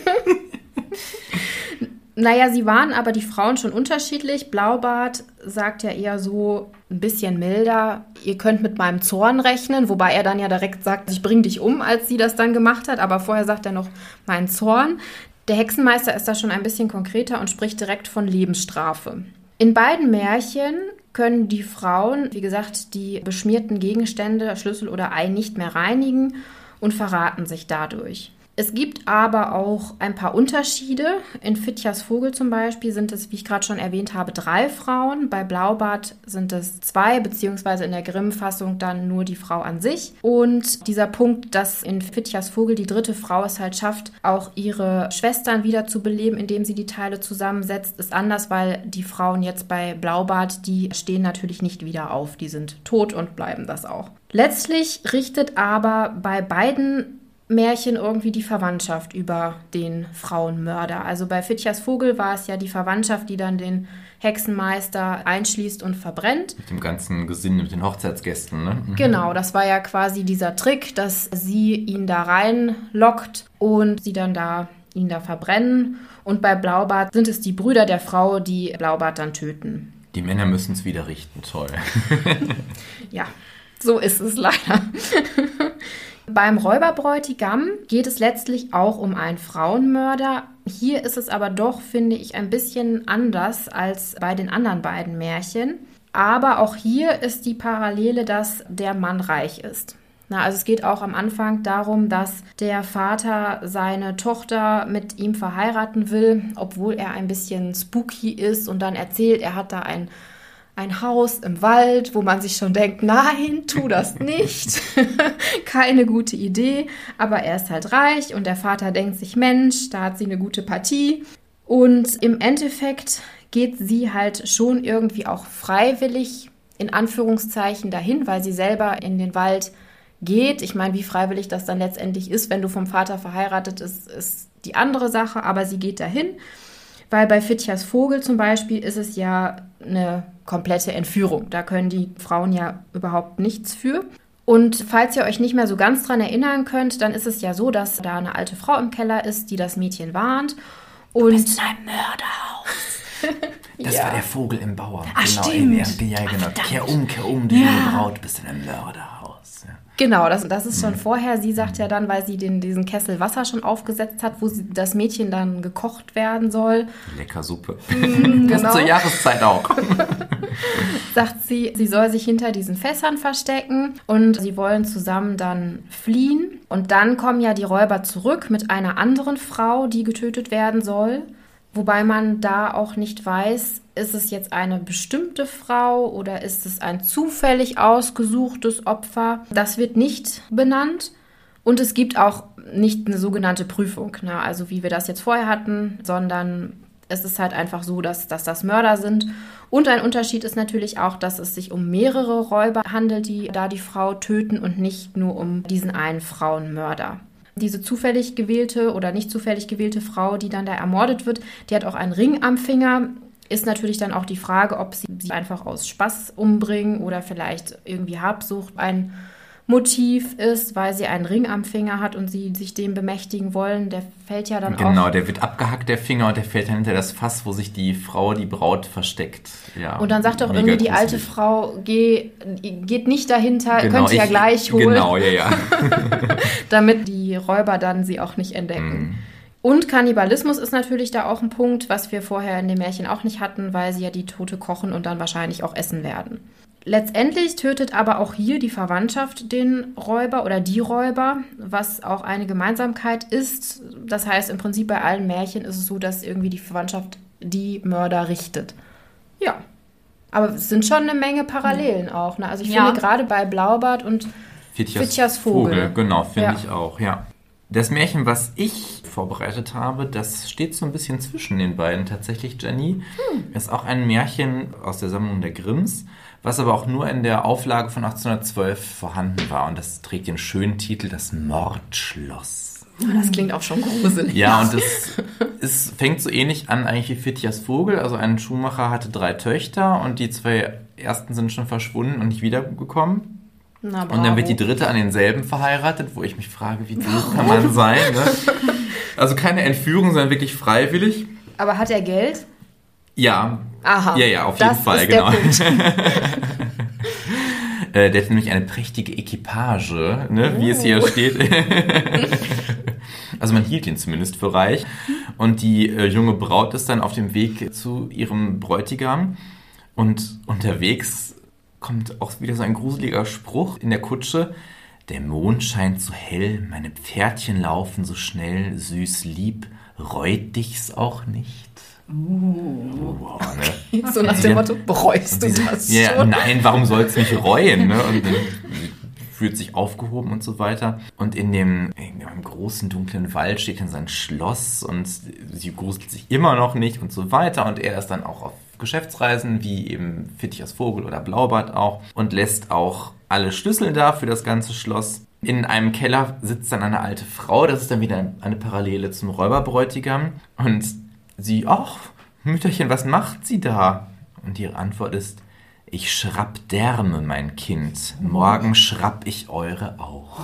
Naja, sie waren aber die Frauen schon unterschiedlich. Blaubart sagt ja eher so ein bisschen milder, ihr könnt mit meinem Zorn rechnen, wobei er dann ja direkt sagt, ich bring dich um, als sie das dann gemacht hat, aber vorher sagt er noch, mein Zorn. Der Hexenmeister ist da schon ein bisschen konkreter und spricht direkt von Lebensstrafe. In beiden Märchen können die Frauen, wie gesagt, die beschmierten Gegenstände, Schlüssel oder Ei nicht mehr reinigen und verraten sich dadurch. Es gibt aber auch ein paar Unterschiede. In Fitjas Vogel zum Beispiel sind es, wie ich gerade schon erwähnt habe, drei Frauen. Bei Blaubart sind es zwei, beziehungsweise in der Grimm-Fassung dann nur die Frau an sich. Und dieser Punkt, dass in Fitjas Vogel die dritte Frau es halt schafft, auch ihre Schwestern wieder zu beleben, indem sie die Teile zusammensetzt, ist anders, weil die Frauen jetzt bei Blaubart, die stehen natürlich nicht wieder auf. Die sind tot und bleiben das auch. Letztlich richtet aber bei beiden Märchen irgendwie die Verwandtschaft über den Frauenmörder. Also bei Fitjas Vogel war es ja die Verwandtschaft, die dann den Hexenmeister einschließt und verbrennt. Mit dem ganzen Gesinde, mit den Hochzeitsgästen, ne? Mhm. Genau, das war ja quasi dieser Trick, dass sie ihn da reinlockt und sie dann da ihn da verbrennen. Und bei Blaubart sind es die Brüder der Frau, die Blaubart dann töten. Die Männer müssen es wieder richten, toll. Ja, so ist es leider. Beim Räuberbräutigam geht es letztlich auch um einen Frauenmörder. Hier ist es aber doch, finde ich, ein bisschen anders als bei den anderen beiden Märchen. Aber auch hier ist die Parallele, dass der Mann reich ist. Na, also es geht auch am Anfang darum, dass der Vater seine Tochter mit ihm verheiraten will, obwohl er ein bisschen spooky ist und dann erzählt, er hat da ein Ein Haus im Wald, wo man sich schon denkt, nein, tu das nicht. Keine gute Idee. Aber er ist halt reich und der Vater denkt sich, Mensch, da hat sie eine gute Partie. Und im Endeffekt geht sie halt schon irgendwie auch freiwillig, in Anführungszeichen, dahin, weil sie selber in den Wald geht. Ich meine, wie freiwillig das dann letztendlich ist, wenn du vom Vater verheiratet bist, ist die andere Sache. Aber sie geht dahin. Weil bei Fitjas Vogel zum Beispiel ist es ja eine komplette Entführung. Da können die Frauen ja überhaupt nichts für. Und falls ihr euch nicht mehr so ganz dran erinnern könnt, dann ist es ja so, dass da eine alte Frau im Keller ist, die das Mädchen warnt. Und Du bist in einem Mörderhaus. Das Ja. war der Vogel im Bauer. Ach, genau, stimmt. Ja, genau. verdammt. Kehr um, kehr um, du Ja. junge Braut, bist in einem Mörderhaus. Ja. Genau, das, das ist schon vorher. Sie sagt ja dann, weil sie den, diesen Kessel Wasser schon aufgesetzt hat, wo sie, das Mädchen dann gekocht werden soll, Lecker Suppe. genau. Das zur Jahreszeit auch. sagt sie, sie soll sich hinter diesen Fässern verstecken und sie wollen zusammen dann fliehen. Und dann kommen ja die Räuber zurück mit einer anderen Frau, die getötet werden soll. Wobei man da auch nicht weiß, ist es jetzt eine bestimmte Frau oder ist es ein zufällig ausgesuchtes Opfer? Das wird nicht benannt. Und es gibt auch nicht eine sogenannte Prüfung, ne? Also wie wir das jetzt vorher hatten, sondern es ist halt einfach so, dass, dass das Mörder sind. Und ein Unterschied ist natürlich auch, dass es sich um mehrere Räuber handelt, die da die Frau töten und nicht nur um diesen einen Frauenmörder. Diese zufällig gewählte oder nicht zufällig gewählte Frau, die dann da ermordet wird, die hat auch einen Ring am Finger. Ist natürlich dann auch die Frage, ob sie sie einfach aus Spaß umbringen oder vielleicht irgendwie Habsucht ein Motiv ist, weil sie einen Ring am Finger hat und sie sich dem bemächtigen wollen. Der fällt ja dann genau, auch... Genau, der wird abgehackt, der Finger, und der fällt dann hinter das Fass, wo sich die Frau, die Braut, versteckt. Ja, und dann sagt doch irgendwie die alte Frau, geh, geht nicht dahinter, genau, könnt ihr ja ich, gleich holen. Genau, ja, ja. Damit die Räuber dann sie auch nicht entdecken. Mm. Und Kannibalismus ist natürlich da auch ein Punkt, was wir vorher in dem Märchen auch nicht hatten, weil sie ja die Tote kochen und dann wahrscheinlich auch essen werden. Letztendlich tötet aber auch hier die Verwandtschaft den Räuber oder die Räuber, was auch eine Gemeinsamkeit ist. Das heißt, im Prinzip bei allen Märchen ist es so, dass irgendwie die Verwandtschaft die Mörder richtet. Ja, aber es sind schon eine Menge Parallelen auch. Ne? Also ich ja. finde gerade bei Blaubart und Fitjas, Fitjas Vogel. Vogel. Genau, finde ja. ich auch, ja. Das Märchen, was ich vorbereitet habe, das steht so ein bisschen zwischen den beiden tatsächlich, Jenny. Hm. Ist auch ein Märchen aus der Sammlung der Grimms, was aber auch nur in der Auflage von achtzehnhundertzwölf vorhanden war. Und das trägt den schönen Titel Das Mordschloss. Das klingt auch schon gruselig. Ja, und es, es fängt so ähnlich an eigentlich wie Fitjas Vogel. Also ein Schuhmacher hatte drei Töchter und die zwei ersten sind schon verschwunden und nicht wiedergekommen. Na, und dann wird die dritte an denselben verheiratet, wo ich mich frage, wie doof kann man sein? Ne? Also keine Entführung, sondern wirklich freiwillig. Aber hat er Geld? Ja. Aha. Ja, ja, auf das jeden Fall, ist genau. Der Punkt. äh, der hat nämlich eine prächtige Equipage, ne, oh. wie es hier steht. Also man hielt ihn zumindest für reich. Und die äh, junge Braut ist dann auf dem Weg zu ihrem Bräutigam. Und unterwegs kommt auch wieder so ein gruseliger Spruch in der Kutsche. Der Mond scheint so hell, meine Pferdchen laufen so schnell, süß lieb, reut dich's auch nicht? Uh. Oh, ne? So nach dem Motto, bereust du das schon? Ja, nein, warum soll es nicht reuen? Ne? Und dann fühlt sich aufgehoben und so weiter. Und in dem, in dem großen, dunklen Wald steht dann sein Schloss und sie gruselt sich immer noch nicht und so weiter. Und er ist dann auch auf Geschäftsreisen, wie eben Fitjas Vogel oder Blaubart auch, und lässt auch alle Schlüssel da für das ganze Schloss. In einem Keller sitzt dann eine alte Frau, das ist dann wieder eine Parallele zum Räuberbräutigam. Und sie, ach, Mütterchen, was macht sie da? Und ihre Antwort ist, ich schrapp Därme, mein Kind. Morgen schrapp ich eure auch.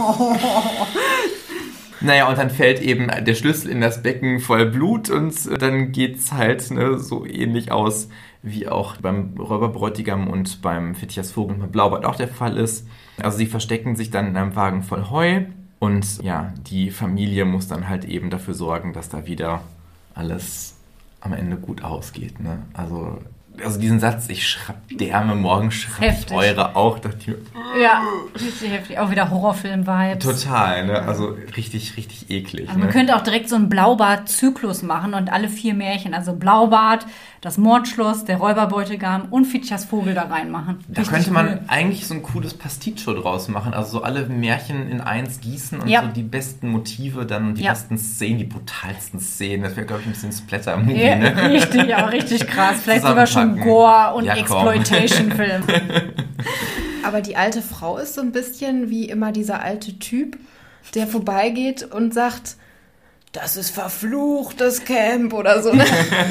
Naja, und dann fällt eben der Schlüssel in das Becken voll Blut und dann geht's halt ne, so ähnlich aus, wie auch beim Räuberbräutigam und beim Fitjas Vogel und beim Blaubart auch der Fall ist. Also sie verstecken sich dann in einem Wagen voll Heu und ja, die Familie muss dann halt eben dafür sorgen, dass da wieder alles am Ende gut ausgeht. Ne? Also... Also diesen Satz, ich schrapp Därme, morgen schrapp ich eure auch. Dachte ich, ja, richtig heftig. Auch wieder Horrorfilm-Vibes. Total, ne? Also richtig, richtig eklig. Also man ne? könnte auch direkt so einen Blaubart-Zyklus machen und alle vier Märchen, also Blaubart, das Mordschloss, der Räuberbräutigam und Fitjas Vogel da reinmachen. Da richtig könnte man cool. eigentlich so ein cooles Pasticcio draus machen. Also so alle Märchen in eins gießen und ja. so die besten Motive, dann die ja. besten Szenen, die brutalsten Szenen. Das wäre, glaube ich, ein bisschen Splatter-Movie. Ja, ne? Richtig, ja, richtig krass. Vielleicht sogar schon Gore- und ja, Exploitation-Film. Aber die alte Frau ist so ein bisschen wie immer dieser alte Typ, der vorbeigeht und sagt, das ist verflucht, das Camp oder so. Ne?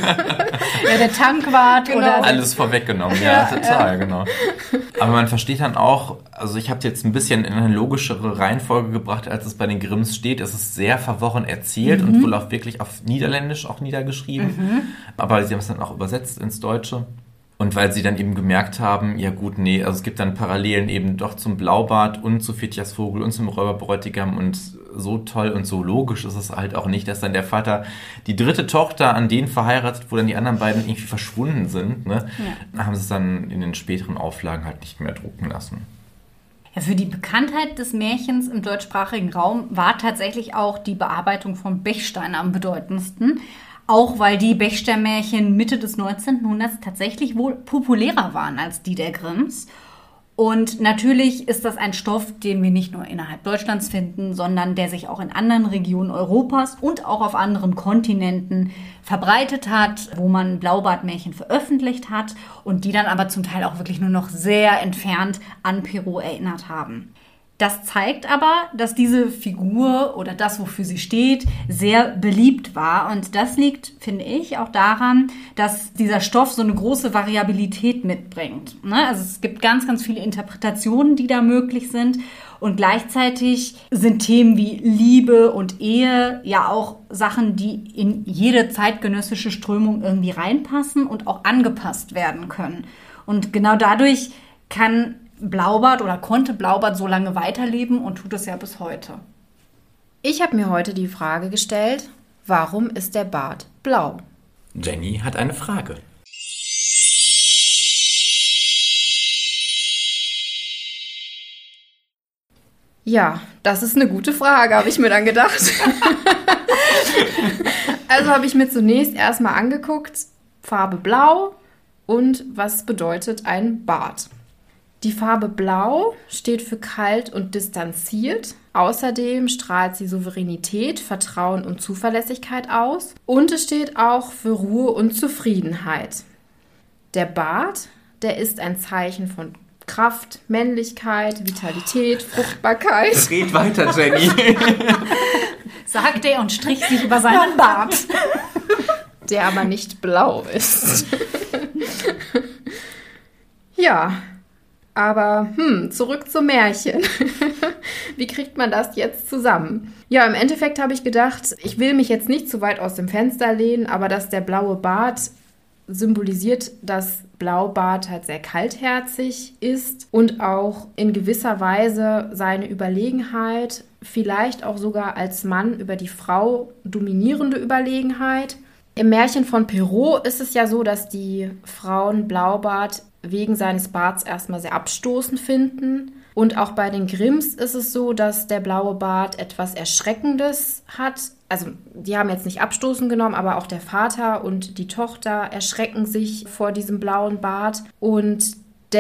Ja, der Tankwart genau. oder... Alles vorweggenommen, ja, ja total, ja. genau. Aber man versteht dann auch, also ich habe jetzt ein bisschen in eine logischere Reihenfolge gebracht, als es bei den Grimms steht. Es ist sehr verworren erzählt mhm. und wohl auch wirklich auf Niederländisch auch niedergeschrieben. Mhm. Aber sie haben es dann auch übersetzt ins Deutsche. Und weil sie dann eben gemerkt haben, ja gut, nee, also es gibt dann Parallelen eben doch zum Blaubart und zu Fitjas Vogel und zum Räuberbräutigam und so toll und so logisch ist es halt auch nicht, dass dann der Vater die dritte Tochter an den verheiratet, wo dann die anderen beiden irgendwie verschwunden sind. Ne? Ja. Haben sie es dann in den späteren Auflagen halt nicht mehr drucken lassen. Ja, für die Bekanntheit des Märchens im deutschsprachigen Raum war tatsächlich auch die Bearbeitung von Bechstein am bedeutendsten. Auch weil die Bechstein-Märchen Mitte des neunzehnten Jahrhunderts tatsächlich wohl populärer waren als die der Grimms. Und natürlich ist das ein Stoff, den wir nicht nur innerhalb Deutschlands finden, sondern der sich auch in anderen Regionen Europas und auch auf anderen Kontinenten verbreitet hat, wo man Blaubart-Märchen veröffentlicht hat und die dann aber zum Teil auch wirklich nur noch sehr entfernt an Perrault erinnert haben. Das zeigt aber, dass diese Figur oder das, wofür sie steht, sehr beliebt war. Und das liegt, finde ich, auch daran, dass dieser Stoff so eine große Variabilität mitbringt. Ne? Also es gibt ganz, ganz viele Interpretationen, die da möglich sind. Und gleichzeitig sind Themen wie Liebe und Ehe ja auch Sachen, die in jede zeitgenössische Strömung irgendwie reinpassen und auch angepasst werden können. Und genau dadurch kann Blaubart oder konnte Blaubart so lange weiterleben und tut es ja bis heute. Ich habe mir heute die Frage gestellt, warum ist der Bart blau? Jenny hat eine Frage. Ja, das ist eine gute Frage, habe ich mir dann gedacht. Also habe ich mir zunächst erstmal angeguckt, Farbe blau und was bedeutet ein Bart. Die Farbe Blau steht für kalt und distanziert. Außerdem strahlt sie Souveränität, Vertrauen und Zuverlässigkeit aus. Und es steht auch für Ruhe und Zufriedenheit. Der Bart, der ist ein Zeichen von Kraft, Männlichkeit, Vitalität, Fruchtbarkeit. Red weiter, Jenny. Sagte er und strich sich über seinen Bart. Der aber nicht blau ist. Ja. Aber hm, zurück zum Märchen. Wie kriegt man das jetzt zusammen? Ja, im Endeffekt habe ich gedacht, ich will mich jetzt nicht zu weit aus dem Fenster lehnen, aber dass der blaue Bart symbolisiert, dass Blaubart halt sehr kaltherzig ist und auch in gewisser Weise seine Überlegenheit, vielleicht auch sogar als Mann über die Frau dominierende Überlegenheit. Im Märchen von Perrault ist es ja so, dass die Frauen Blaubart wegen seines Barts erstmal sehr abstoßend finden. Und auch bei den Grimms ist es so, dass der blaue Bart etwas Erschreckendes hat. Also die haben jetzt nicht abstoßend genommen, aber auch der Vater und die Tochter erschrecken sich vor diesem blauen Bart. Und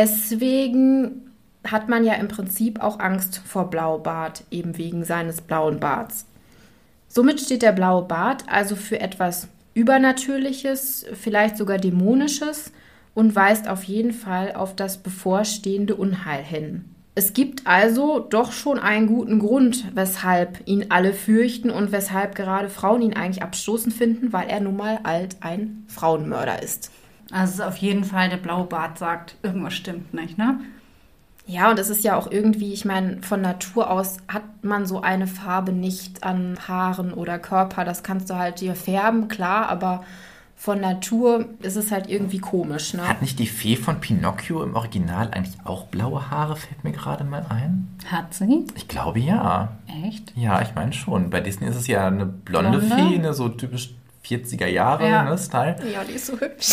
deswegen hat man ja im Prinzip auch Angst vor Blaubart, eben wegen seines blauen Barts. Somit steht der blaue Bart also für etwas Übernatürliches, vielleicht sogar Dämonisches, und weist auf jeden Fall auf das bevorstehende Unheil hin. Es gibt also doch schon einen guten Grund, weshalb ihn alle fürchten und weshalb gerade Frauen ihn eigentlich abstoßend finden, weil er nun mal alt ein Frauenmörder ist. Also es ist auf jeden Fall, der blaue Bart sagt, irgendwas stimmt nicht, ne? Ja, und es ist ja auch irgendwie, ich meine, von Natur aus hat man so eine Farbe nicht an Haaren oder Körper. Das kannst du halt dir färben, klar, aber von Natur ist es halt irgendwie komisch, ne? Hat nicht die Fee von Pinocchio im Original eigentlich auch blaue Haare, fällt mir gerade mal ein? Hat sie? Ich glaube ja. Echt? Ja, ich meine schon. Bei Disney ist es ja eine blonde, Blonde? Fee, ne, so typisch vierziger Jahre, Ja. ne, Style. Ja, die ist so hübsch.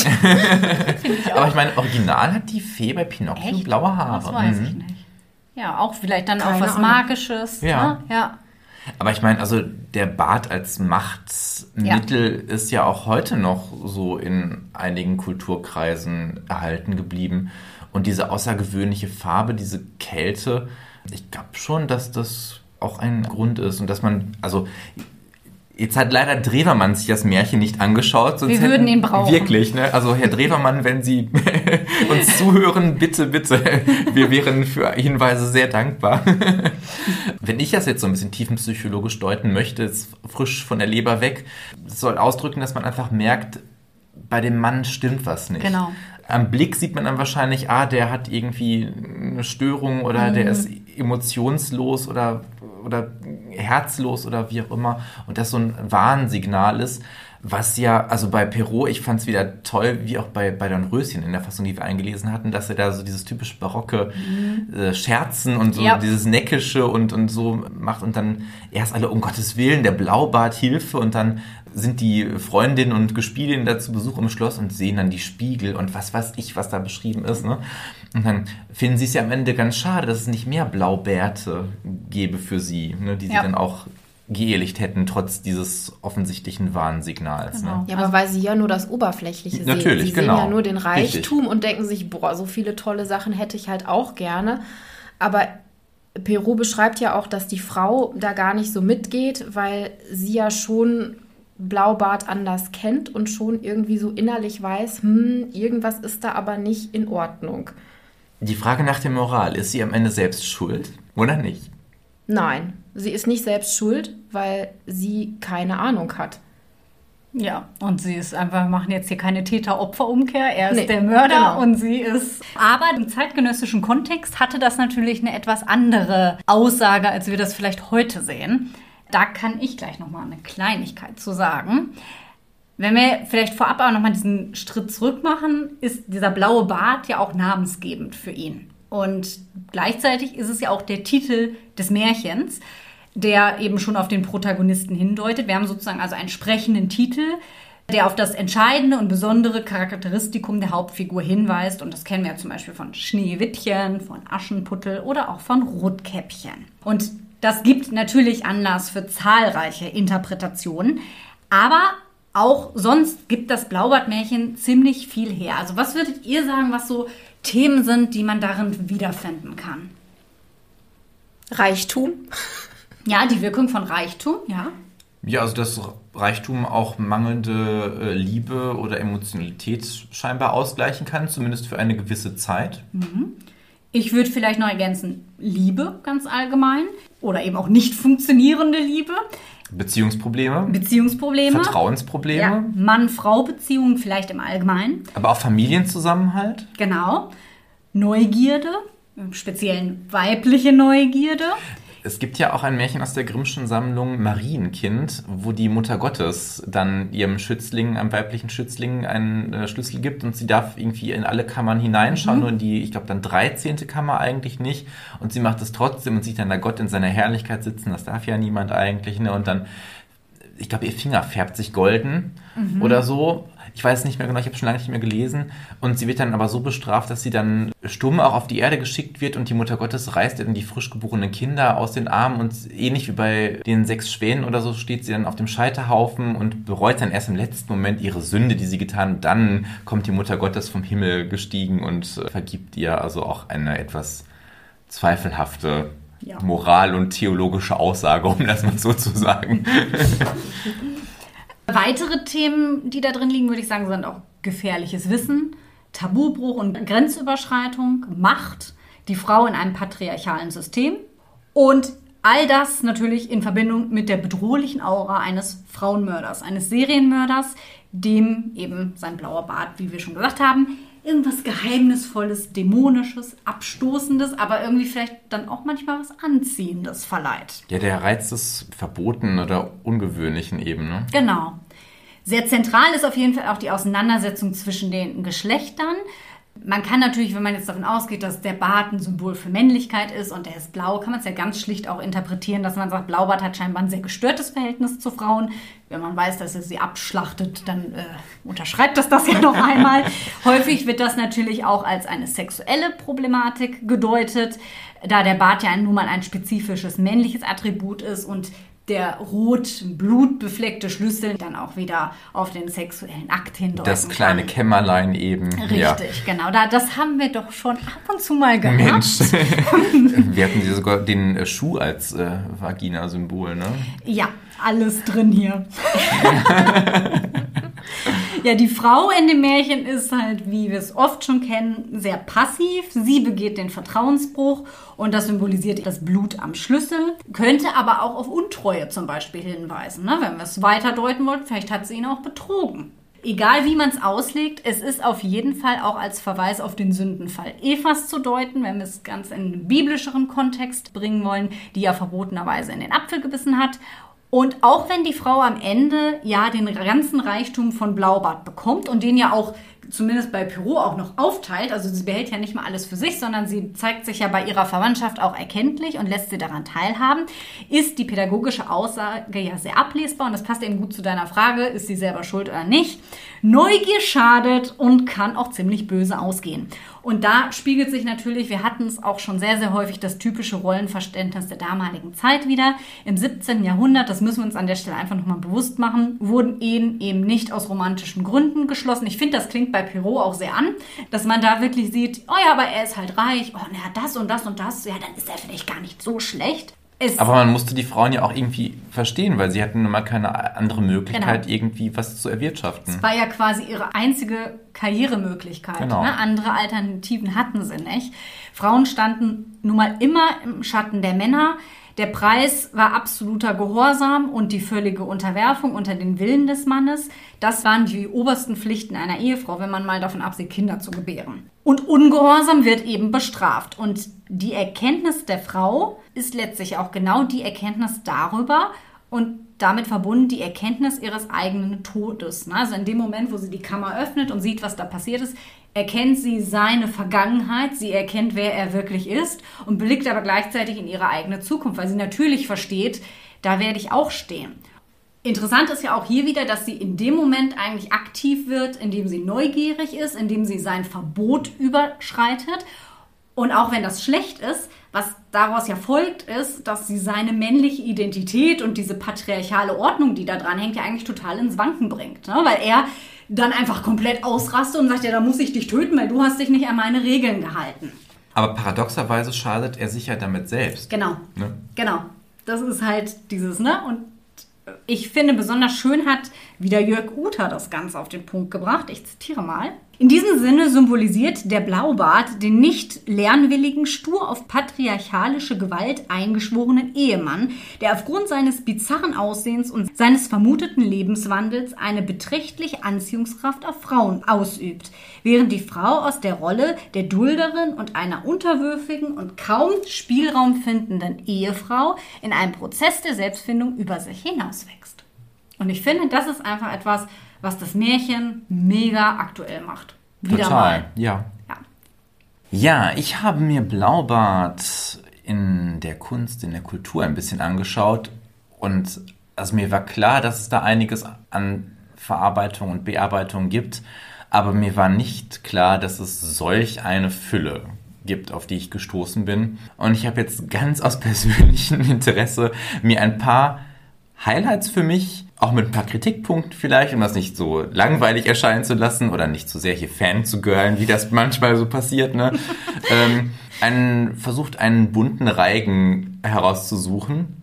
Ich Aber ich meine, original hat die Fee bei Pinocchio Echt? blaue Haare. Das weiß Mhm. ich nicht. Ja, auch vielleicht dann Keine auch was Ahnung. Magisches. Ja. Ne? Ja. Aber ich meine, also der Bart als Machtmittel ja. ist ja auch heute noch so in einigen Kulturkreisen erhalten geblieben. Und diese außergewöhnliche Farbe, diese Kälte, ich glaube schon, dass das auch ein Grund ist. Und dass man, also jetzt hat leider Drewermann sich das Märchen nicht angeschaut. Sonst Wir würden hätten, ihn brauchen. Wirklich, ne? Also Herr Drewermann, wenn Sie uns zuhören, bitte, bitte. Wir wären für Hinweise sehr dankbar. Wenn ich das jetzt so ein bisschen tiefenpsychologisch deuten möchte, ist frisch von der Leber weg, das soll ausdrücken, dass man einfach merkt, bei dem Mann stimmt was nicht. Genau. Am Blick sieht man dann wahrscheinlich, ah, der hat irgendwie eine Störung oder mhm. der ist emotionslos oder, oder herzlos oder wie auch immer. Und das so ein Warnsignal ist, was ja, also bei Perrault, ich fand es wieder toll, wie auch bei, bei Dornröschen in der Fassung, die wir eingelesen hatten, dass er da so dieses typisch barocke mhm. äh, Scherzen und so ja. dieses Neckische und, und so macht und dann erst alle, um Gottes Willen, der Blaubart, Hilfe, und dann sind die Freundinnen und Gespielinnen da zu Besuch im Schloss und sehen dann die Spiegel und was weiß ich, was da beschrieben ist, ne? Und dann finden sie es ja am Ende ganz schade, dass es nicht mehr Blaubärte gäbe für sie, ne? Die sie ja. dann auch geehelicht hätten, trotz dieses offensichtlichen Warnsignals. Genau. Ne? Ja, aber weil sie ja nur das Oberflächliche sehen. Natürlich, sie genau. sehen ja nur den Reichtum Richtig. und denken sich, boah, so viele tolle Sachen hätte ich halt auch gerne. Aber Perrault beschreibt ja auch, dass die Frau da gar nicht so mitgeht, weil sie ja schon Blaubart anders kennt und schon irgendwie so innerlich weiß, hm, irgendwas ist da aber nicht in Ordnung. Die Frage nach der Moral, ist sie am Ende selbst schuld oder nicht? Nein, sie ist nicht selbst schuld, weil sie keine Ahnung hat. Ja, und sie ist einfach, wir machen jetzt hier keine Täter-Opfer-Umkehr. Er ist Nee, der Mörder genau. und sie ist... Aber im zeitgenössischen Kontext hatte das natürlich eine etwas andere Aussage, als wir das vielleicht heute sehen. Da kann ich gleich nochmal eine Kleinigkeit zu sagen. Wenn wir vielleicht vorab auch nochmal diesen Schritt zurück machen, ist dieser blaue Bart ja auch namensgebend für ihn. Und gleichzeitig ist es ja auch der Titel des Märchens, der eben schon auf den Protagonisten hindeutet. Wir haben sozusagen also einen sprechenden Titel, der auf das entscheidende und besondere Charakteristikum der Hauptfigur hinweist. Und das kennen wir ja zum Beispiel von Schneewittchen, von Aschenputtel oder auch von Rotkäppchen. Und das gibt natürlich Anlass für zahlreiche Interpretationen. Aber auch sonst gibt das Blaubart-Märchen ziemlich viel her. Also was würdet ihr sagen, was so Themen sind, die man darin wiederfinden kann? Reichtum. Ja, die Wirkung von Reichtum, ja. Ja, also dass Reichtum auch mangelnde äh, Liebe oder Emotionalität scheinbar ausgleichen kann, zumindest für eine gewisse Zeit. Ich würde vielleicht noch ergänzen, Liebe ganz allgemein oder eben auch nicht funktionierende Liebe, Beziehungsprobleme, Beziehungsprobleme. Vertrauensprobleme, Ja, Mann-Frau-Beziehungen vielleicht im Allgemeinen. aber auch Familienzusammenhalt. Genau. Neugierde, im Speziellen weibliche Neugierde. Es gibt ja auch ein Märchen aus der Grimmschen Sammlung Marienkind, wo die Mutter Gottes dann ihrem Schützling, einem weiblichen Schützling, einen äh, Schlüssel gibt und sie darf irgendwie in alle Kammern hineinschauen, Mhm. nur in die, ich glaube, dann dreizehnte Kammer eigentlich nicht. Und sie macht es trotzdem und sieht dann da Gott in seiner Herrlichkeit sitzen. Das darf ja niemand eigentlich. Ne? Und dann, ich glaube, ihr Finger färbt sich golden oder so. Ich weiß nicht mehr genau, ich habe schon lange nicht mehr gelesen. Und sie wird dann aber so bestraft, dass sie dann stumm auch auf die Erde geschickt wird und die Mutter Gottes reißt dann die frisch geborenen Kinder aus den Armen und ähnlich wie bei den sechs Schwänen oder so steht sie dann auf dem Scheiterhaufen und bereut dann erst im letzten Moment ihre Sünde, die sie getan hat. Dann kommt die Mutter Gottes vom Himmel gestiegen und äh, vergibt ihr, also auch eine etwas zweifelhafte Ja. Moral- und theologische Aussage, um das mal so zu sagen. Weitere Themen, die da drin liegen, würde ich sagen, sind auch gefährliches Wissen, Tabubruch und Grenzüberschreitung, Macht, die Frau in einem patriarchalen System und all das natürlich in Verbindung mit der bedrohlichen Aura eines Frauenmörders, eines Serienmörders, dem eben sein blauer Bart, wie wir schon gesagt haben, irgendwas Geheimnisvolles, Dämonisches, Abstoßendes, aber irgendwie vielleicht dann auch manchmal was Anziehendes verleiht. Ja, der Reiz des Verbotenen oder Ungewöhnlichen eben, ne? Genau. Sehr zentral ist auf jeden Fall auch die Auseinandersetzung zwischen den Geschlechtern. Man kann natürlich, wenn man jetzt davon ausgeht, dass der Bart ein Symbol für Männlichkeit ist und der ist blau, kann man es ja ganz schlicht auch interpretieren, dass man sagt, Blaubart hat scheinbar ein sehr gestörtes Verhältnis zu Frauen. Wenn man weiß, dass er sie abschlachtet, dann äh, unterschreibt das das ja noch einmal. Häufig wird das natürlich auch als eine sexuelle Problematik gedeutet, da der Bart ja nun mal ein spezifisches männliches Attribut ist und der rot blutbefleckte Schlüssel dann auch wieder auf den sexuellen Akt hindeuten Das kleine kann. Kämmerlein eben. Richtig, Ja. genau. Da, das haben wir doch schon ab und zu mal gehabt. Mensch. Wir hatten hier sogar den äh, Schuh als äh, Vagina-Symbol, ne? Ja, alles drin hier. Ja, die Frau in dem Märchen ist halt, wie wir es oft schon kennen, sehr passiv. Sie begeht den Vertrauensbruch und das symbolisiert das Blut am Schlüssel. Könnte aber auch auf Untreue zum Beispiel hinweisen, ne? Wenn wir es weiter deuten wollten, vielleicht hat sie ihn auch betrogen. Egal wie man es auslegt, es ist auf jeden Fall auch als Verweis auf den Sündenfall Evas zu deuten, wenn wir es ganz in einen biblischeren Kontext bringen wollen, die ja verbotenerweise in den Apfel gebissen hat. Und auch wenn die Frau am Ende ja den ganzen Reichtum von Blaubart bekommt und den ja auch zumindest bei Perrault auch noch aufteilt, also sie behält ja nicht mal alles für sich, sondern sie zeigt sich ja bei ihrer Verwandtschaft auch erkenntlich und lässt sie daran teilhaben, ist die pädagogische Aussage ja sehr ablesbar und das passt eben gut zu deiner Frage, ist sie selber schuld oder nicht. Neugier schadet und kann auch ziemlich böse ausgehen. Und da spiegelt sich natürlich, wir hatten es auch schon sehr, sehr häufig, das typische Rollenverständnis der damaligen Zeit wieder. Im siebzehnten Jahrhundert, das müssen wir uns an der Stelle einfach nochmal bewusst machen, wurden Ehen eben nicht aus romantischen Gründen geschlossen. Ich finde, das klingt bei Perrault auch sehr an, dass man da wirklich sieht, oh ja, aber er ist halt reich, oh, er hat das und das und das, ja, dann ist er vielleicht gar nicht so schlecht. Es Aber man musste die Frauen ja auch irgendwie verstehen, weil sie hatten nun mal keine andere Möglichkeit, Genau. irgendwie was zu erwirtschaften. Es war ja quasi ihre einzige Karrieremöglichkeit. Genau. Ne? Andere Alternativen hatten sie nicht. Frauen standen nun mal immer im Schatten der Männer. Der Preis war absoluter Gehorsam und die völlige Unterwerfung unter den Willen des Mannes. Das waren die obersten Pflichten einer Ehefrau, wenn man mal davon absieht, Kinder zu gebären. Und Ungehorsam wird eben bestraft. Und die Erkenntnis der Frau ist letztlich auch genau die Erkenntnis darüber und damit verbunden die Erkenntnis ihres eigenen Todes. Also in dem Moment, wo sie die Kammer öffnet und sieht, was da passiert ist, erkennt sie seine Vergangenheit, sie erkennt, wer er wirklich ist und blickt aber gleichzeitig in ihre eigene Zukunft, weil sie natürlich versteht, da werde ich auch stehen. Interessant ist ja auch hier wieder, dass sie in dem Moment eigentlich aktiv wird, indem sie neugierig ist, indem sie sein Verbot überschreitet. Und auch wenn das schlecht ist, was daraus ja folgt, ist, dass sie seine männliche Identität und diese patriarchale Ordnung, die da dran hängt, ja eigentlich total ins Wanken bringt. Ne? Weil er dann einfach komplett ausrastet und sagt, ja, da muss ich dich töten, weil du hast dich nicht an meine Regeln gehalten. Aber paradoxerweise schadet er sich ja damit selbst. Genau, ne? genau. Das ist halt dieses, ne? Und ich finde, besonders schön hat wieder Jörg Uther das Ganze auf den Punkt gebracht. Ich zitiere mal. In diesem Sinne symbolisiert der Blaubart den nicht lernwilligen, stur auf patriarchalische Gewalt eingeschworenen Ehemann, der aufgrund seines bizarren Aussehens und seines vermuteten Lebenswandels eine beträchtliche Anziehungskraft auf Frauen ausübt, während die Frau aus der Rolle der Dulderin und einer unterwürfigen und kaum Spielraum findenden Ehefrau in einem Prozess der Selbstfindung über sich hinauswächst. Und ich finde, das ist einfach etwas, was das Märchen mega aktuell macht. Wieder Total, mal. Ja. ja. Ja, ich habe mir Blaubart in der Kunst, in der Kultur ein bisschen angeschaut und also mir war klar, dass es da einiges an Verarbeitung und Bearbeitung gibt, aber mir war nicht klar, dass es solch eine Fülle gibt, auf die ich gestoßen bin. Und ich habe jetzt ganz aus persönlichem Interesse mir ein paar Highlights für mich, auch mit ein paar Kritikpunkten vielleicht, um das nicht so langweilig erscheinen zu lassen oder nicht so sehr hier Fan zu girlen, wie das manchmal so passiert, ne? ähm, einen, versucht, einen bunten Reigen herauszusuchen.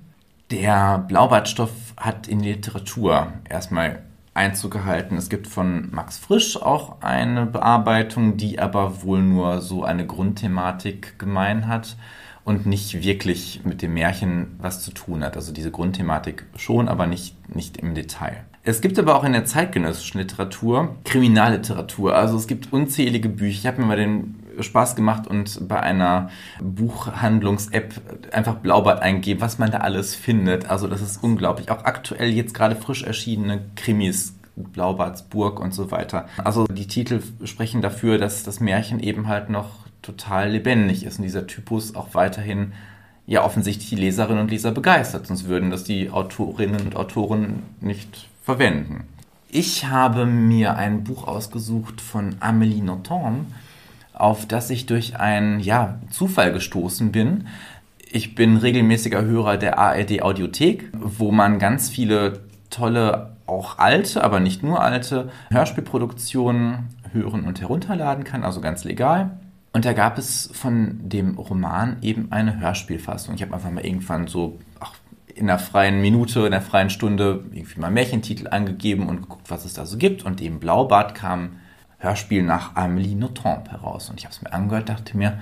Der Blaubartstoff hat in die Literatur erstmal Einzug gehalten. Es gibt von Max Frisch auch eine Bearbeitung, die aber wohl nur so eine Grundthematik gemein hat und nicht wirklich mit dem Märchen was zu tun hat. Also diese Grundthematik schon, aber nicht, nicht im Detail. Es gibt aber auch in der zeitgenössischen Literatur Kriminalliteratur. Also es gibt unzählige Bücher. Ich habe mir mal den Spaß gemacht und bei einer Buchhandlungs-App einfach Blaubart eingeben, was man da alles findet. Also das ist unglaublich. Auch aktuell jetzt gerade frisch erschienene Krimis, Blaubartsburg und so weiter. Also die Titel sprechen dafür, dass das Märchen eben halt noch total lebendig ist und dieser Typus auch weiterhin ja offensichtlich die Leserinnen und Leser begeistert, sonst würden das die Autorinnen und Autoren nicht verwenden. Ich habe mir ein Buch ausgesucht von Amélie Nothomb, auf das ich durch einen ja, Zufall gestoßen bin. Ich bin regelmäßiger Hörer der A R D Audiothek, wo man ganz viele tolle, auch alte, aber nicht nur alte Hörspielproduktionen hören und herunterladen kann, also ganz legal. Und da gab es von dem Roman eben eine Hörspielfassung. Ich habe einfach mal irgendwann so ach, in der freien Minute, in der freien Stunde irgendwie mal Märchentitel angegeben und geguckt, was es da so gibt. Und eben Blaubart kam Hörspiel nach Amélie Nothomb heraus. Und ich habe es mir angehört, dachte mir,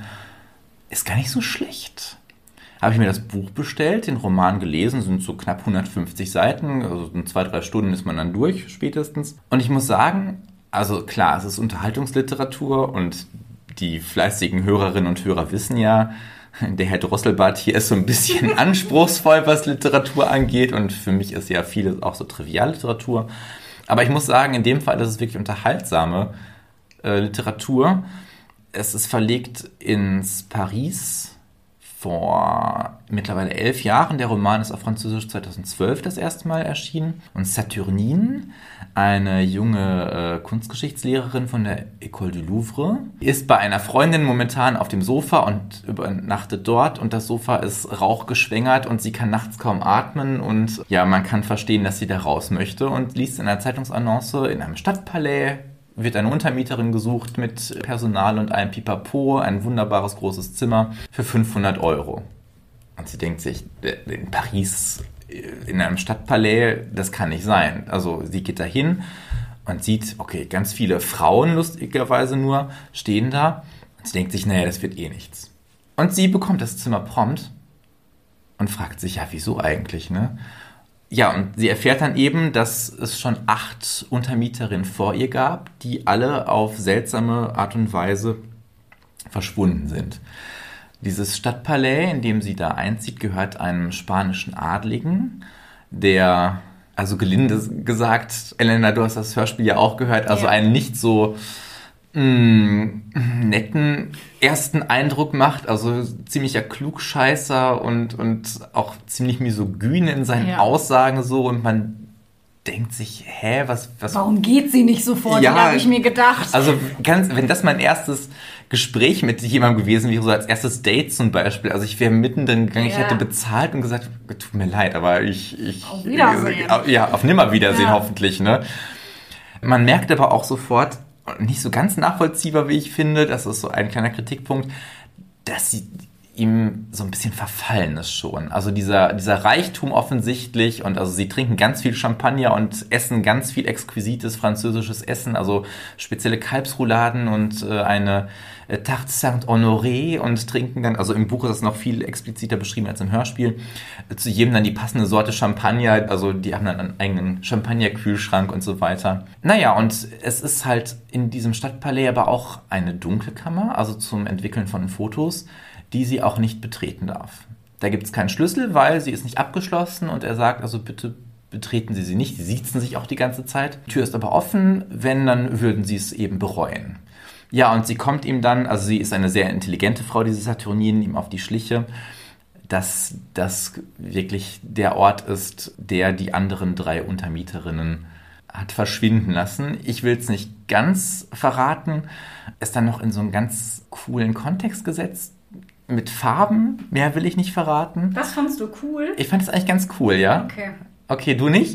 ist gar nicht so schlecht. Habe ich mir das Buch bestellt, den Roman gelesen, sind so knapp hundertfünfzig Seiten, also in zwei, drei Stunden ist man dann durch spätestens. Und ich muss sagen, also klar, es ist Unterhaltungsliteratur und die fleißigen Hörerinnen und Hörer wissen ja, der Herr Drosselbart hier ist so ein bisschen anspruchsvoll, was Literatur angeht und für mich ist ja vieles auch so Trivialliteratur. Aber ich muss sagen, in dem Fall ist es wirklich unterhaltsame äh, Literatur. Es ist verlegt ins Paris vor mittlerweile elf Jahren. Der Roman ist auf Französisch zweitausendzwölf das erste Mal erschienen. Und Saturnine, eine junge äh, Kunstgeschichtslehrerin von der École du Louvre, ist bei einer Freundin momentan auf dem Sofa und übernachtet dort. Und das Sofa ist rauchgeschwängert und sie kann nachts kaum atmen. Und ja, man kann verstehen, dass sie da raus möchte und liest in einer Zeitungsannonce in einem Stadtpalais, wird eine Untermieterin gesucht mit Personal und einem Pipapo, ein wunderbares großes Zimmer für fünfhundert Euro. Und sie denkt sich, in Paris, in einem Stadtpalais, das kann nicht sein. Also sie geht da hin und sieht, okay, ganz viele Frauen lustigerweise nur stehen da. Und sie denkt sich, naja, das wird eh nichts. Und sie bekommt das Zimmer prompt und fragt sich, ja, wieso eigentlich, ne? Ja, und sie erfährt dann eben, dass es schon acht Untermieterinnen vor ihr gab, die alle auf seltsame Art und Weise verschwunden sind. Dieses Stadtpalais, in dem sie da einzieht, gehört einem spanischen Adligen, der, also gelinde gesagt, Elena, du hast das Hörspiel ja auch gehört, also ja. einen nicht so mh, netten ersten Eindruck macht, also ziemlicher Klugscheißer und, und auch ziemlich misogyn in seinen ja. Aussagen so und man denkt sich, hä, was... was Warum geht sie nicht sofort? Ja, habe ich mir gedacht. Also ganz, wenn das mein erstes Gespräch mit jemandem gewesen wäre, so als erstes Date zum Beispiel, also ich wäre mittendrin gegangen, ja. ich hätte bezahlt und gesagt, tut mir leid, aber ich... ich auf Wiedersehen. Äh, ja, auf Nimmerwiedersehen ja. hoffentlich, ne? Man merkt aber auch sofort, nicht so ganz nachvollziehbar, wie ich finde, das ist so ein kleiner Kritikpunkt, dass sie ihm so ein bisschen verfallen ist schon. Also dieser, dieser Reichtum offensichtlich und also sie trinken ganz viel Champagner und essen ganz viel exquisites französisches Essen, also spezielle Kalbsrouladen und äh, eine äh, Tarte Saint-Honoré und trinken dann, also im Buch ist das noch viel expliziter beschrieben als im Hörspiel, äh, zu jedem dann die passende Sorte Champagner, also die haben dann einen eigenen Champagnerkühlschrank und so weiter. Naja, und es ist halt in diesem Stadtpalais aber auch eine dunkle Kammer, also zum Entwickeln von Fotos, die sie auch nicht betreten darf. Da gibt es keinen Schlüssel, weil sie ist nicht abgeschlossen und er sagt, also bitte betreten Sie sie nicht. Sie siezen sich auch die ganze Zeit. Die Tür ist aber offen, wenn, dann würden sie es eben bereuen. Ja, und sie kommt ihm dann, also sie ist eine sehr intelligente Frau, diese Saturnin, ihm auf die Schliche, dass das wirklich der Ort ist, der die anderen drei Untermieterinnen hat verschwinden lassen. Ich will es nicht ganz verraten, ist dann noch in so einen ganz coolen Kontext gesetzt, mit Farben, mehr will ich nicht verraten. Das fandst du cool? Ich fand es eigentlich ganz cool, ja. Okay. Okay, du nicht?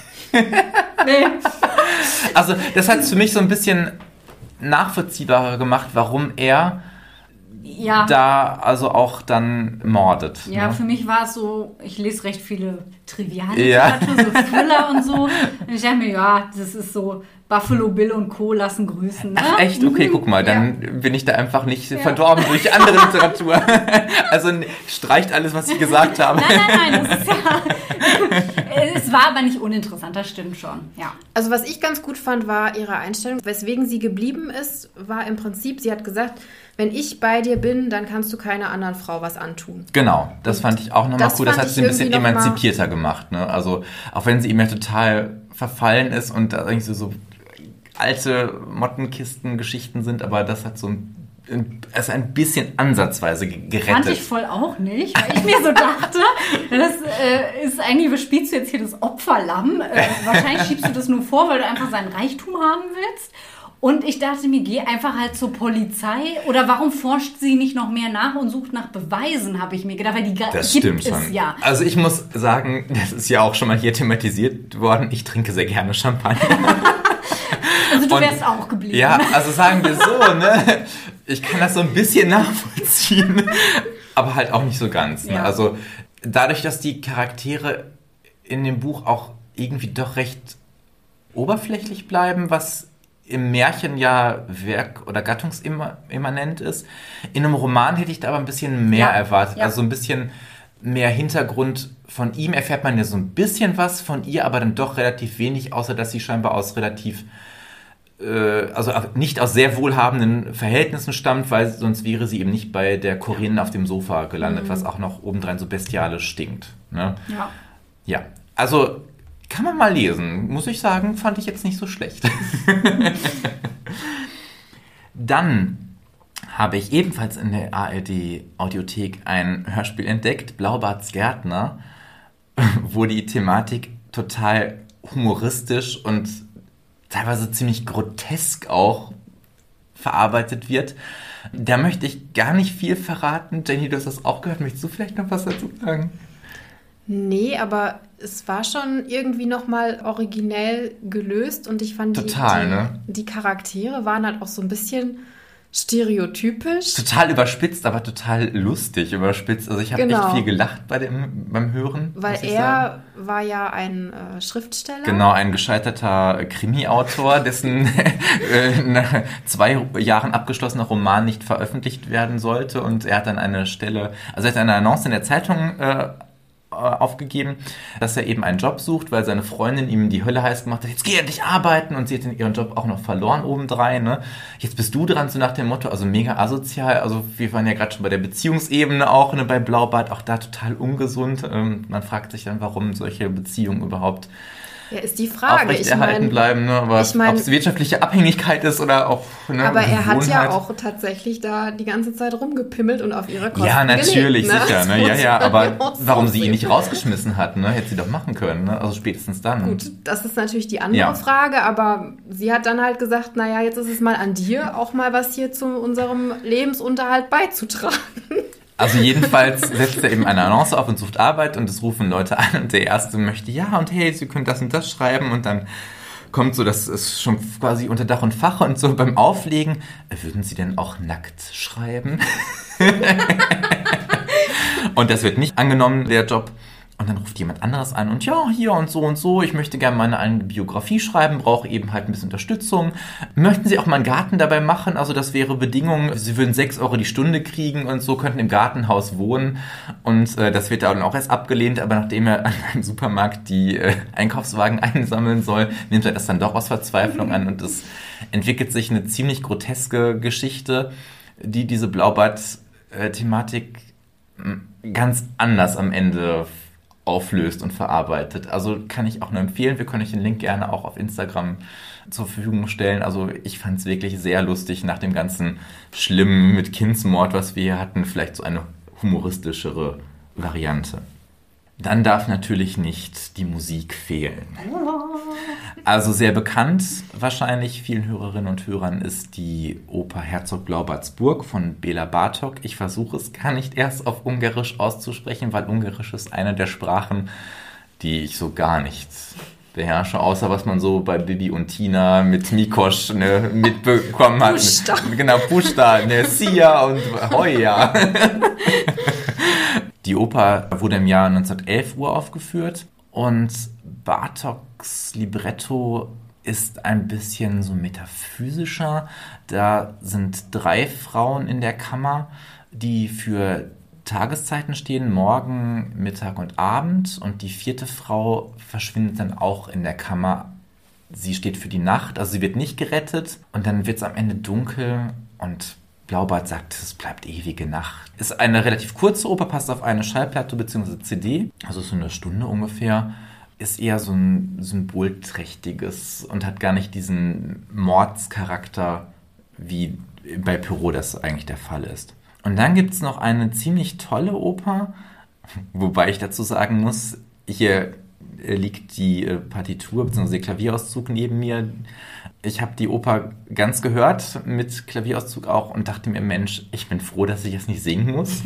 Nee. Also das hat es für mich so ein bisschen nachvollziehbarer gemacht, warum er ja. da also auch dann mordet. Ja, ne? Für mich war es so, ich lese recht viele Trivialliteratur, ja. so Thriller und so. Und ich dachte mir, ja, das ist so Buffalo Bill und Co. lassen grüßen. Ne? Ach echt? Okay, guck mal, dann ja. bin ich da einfach nicht ja. verdorben durch andere Literatur. Also streicht alles, was ich gesagt habe. Nein, nein, nein, das ist ja... Es war aber nicht uninteressant, das stimmt schon, ja. Also was ich ganz gut fand, war ihre Einstellung. Weswegen sie geblieben ist, war im Prinzip, sie hat gesagt, wenn ich bei dir bin, dann kannst du keiner anderen Frau was antun. Genau, das und fand ich auch nochmal cool. Das hat sie ein bisschen emanzipierter gemacht. Ne? Also auch wenn sie ihm ja total verfallen ist und da irgendwie so, so alte Mottenkisten-Geschichten sind, aber das hat so ein also ein bisschen ansatzweise gerettet. Fand ich voll auch nicht, weil ich mir so dachte, das äh, ist eigentlich, überspielst du jetzt hier das Opferlamm. Äh, wahrscheinlich schiebst du das nur vor, weil du einfach seinen Reichtum haben willst. Und ich dachte mir, geh einfach halt zur Polizei. Oder warum forscht sie nicht noch mehr nach und sucht nach Beweisen, habe ich mir gedacht. Weil die das gibt stimmt es schon. Ja. Also ich muss sagen, das ist ja auch schon mal hier thematisiert worden, ich trinke sehr gerne Champagner. Also du wärst und, auch geblieben. Ja, also sagen wir so, ne? Ich kann das so ein bisschen nachvollziehen, aber halt auch nicht so ganz. Ne? Ja. Also dadurch, dass die Charaktere in dem Buch auch irgendwie doch recht oberflächlich bleiben, was im Märchen ja werk- oder gattungsimmanent ist. In einem Roman hätte ich da aber ein bisschen mehr ja. erwartet. Ja. Also so ein bisschen mehr Hintergrund. Von ihm erfährt man ja so ein bisschen was, von ihr aber dann doch relativ wenig, außer dass sie scheinbar aus relativ also nicht aus sehr wohlhabenden Verhältnissen stammt, weil sonst wäre sie eben nicht bei der Corinne auf dem Sofa gelandet, mhm. was auch noch obendrein so bestialisch stinkt. Ne? Ja. Ja, also kann man mal lesen. Muss ich sagen, fand ich jetzt nicht so schlecht. Dann habe ich ebenfalls in der A R D-Audiothek ein Hörspiel entdeckt, Blaubarts Gärtner, wo die Thematik total humoristisch und teilweise ziemlich grotesk auch verarbeitet wird. Da möchte ich gar nicht viel verraten. Jenny, du hast das auch gehört. Möchtest du vielleicht noch was dazu sagen? Nee, aber es war schon irgendwie nochmal originell gelöst und ich fand, Total, die, die, ne? die Charaktere waren halt auch so ein bisschen stereotypisch. Total überspitzt, aber total lustig überspitzt. Also ich habe genau. echt viel gelacht bei dem, beim Hören. Weil er sagen. war ja ein äh, Schriftsteller. Genau, ein gescheiterter Krimi-Autor, dessen äh, nach zwei Jahren abgeschlossener Roman nicht veröffentlicht werden sollte. Und er hat dann eine Stelle, also er hat eine Annonce in der Zeitung äh, aufgegeben, dass er eben einen Job sucht, weil seine Freundin ihm die Hölle heiß gemacht hat, jetzt geh endlich arbeiten, und sie hat ihren Job auch noch verloren obendrein. Ne? Jetzt bist du dran, so nach dem Motto, also mega asozial. Also wir waren ja gerade schon bei der Beziehungsebene auch, ne, bei Blaubart, auch da total ungesund. Ähm, man fragt sich dann, warum solche Beziehungen überhaupt ja, ist die Frage. aufrechterhalten ich mein, bleiben, ne? Aber ich mein, ob es wirtschaftliche Abhängigkeit ist oder auch ne, aber er hat ja Gewohnheit. auch tatsächlich da die ganze Zeit rumgepimmelt und auf ihre Kosten Ja, natürlich, gelebt, sicher. Ne? Ne? Ja, ja, aber warum so sie ihn sehen. nicht rausgeschmissen hat, ne? Hätte sie doch machen können, ne? Also spätestens dann. Gut, das ist natürlich die andere Ja. Frage, aber sie hat dann halt gesagt, naja, jetzt ist es mal an dir, auch mal was hier zu unserem Lebensunterhalt beizutragen. Also jedenfalls setzt er eben eine Annonce auf und sucht Arbeit, und es rufen Leute an, und der Erste möchte, ja, und hey, Sie können das und das schreiben, und dann kommt so, das ist schon quasi unter Dach und Fach, und so beim Auflegen, würden Sie denn auch nackt schreiben? Und das wird nicht angenommen, der Job. Und dann ruft jemand anderes an und ja, hier und so und so, ich möchte gerne meine eigene Biografie schreiben, brauche eben halt ein bisschen Unterstützung. Möchten Sie auch mal einen Garten dabei machen? Also das wäre Bedingung, Sie würden sechs Euro die Stunde kriegen und so, könnten im Gartenhaus wohnen. Und äh, das wird dann auch erst abgelehnt, aber nachdem er an einem Supermarkt die äh, Einkaufswagen einsammeln soll, nimmt er das dann doch aus Verzweiflung an, und es entwickelt sich eine ziemlich groteske Geschichte, die diese Blaubart-Thematik ganz anders am Ende auflöst und verarbeitet. Also kann ich auch nur empfehlen. Wir können euch den Link gerne auch auf Instagram zur Verfügung stellen. Also ich fand es wirklich sehr lustig nach dem ganzen Schlimmen mit Kindsmord, was wir hier hatten. Vielleicht so eine humoristischere Variante. Dann darf natürlich nicht die Musik fehlen. Also sehr bekannt, wahrscheinlich vielen Hörerinnen und Hörern, ist die Oper Herzog Blaubarts Burg von Béla Bartók. Ich versuche es gar nicht erst auf Ungarisch auszusprechen, weil Ungarisch ist eine der Sprachen, die ich so gar nicht beherrsche, außer was man so bei Bibi und Tina mit Mikosch ne, mitbekommen hat. Pushta. Genau, Pushta, ne, Sia und Hoya. Die Oper wurde im Jahr neunzehnhundertelf uraufgeführt, und Bartóks Libretto ist ein bisschen so metaphysischer. Da sind drei Frauen in der Kammer, die für Tageszeiten stehen, Morgen, Mittag und Abend, und die vierte Frau verschwindet dann auch in der Kammer. Sie steht für die Nacht, also sie wird nicht gerettet, und dann wird es am Ende dunkel, und Blaubart sagt, es bleibt ewige Nacht. Ist eine relativ kurze Oper, passt auf eine Schallplatte bzw. C D, also so eine Stunde ungefähr. Ist eher so ein symbolträchtiges und hat gar nicht diesen Mordscharakter, wie bei Perrault das eigentlich der Fall ist. Und dann gibt es noch eine ziemlich tolle Oper, wobei ich dazu sagen muss, hier liegt die Partitur bzw. der Klavierauszug neben mir. Ich habe die Oper ganz gehört, mit Klavierauszug auch, und dachte mir, Mensch, ich bin froh, dass ich jetzt nicht singen muss.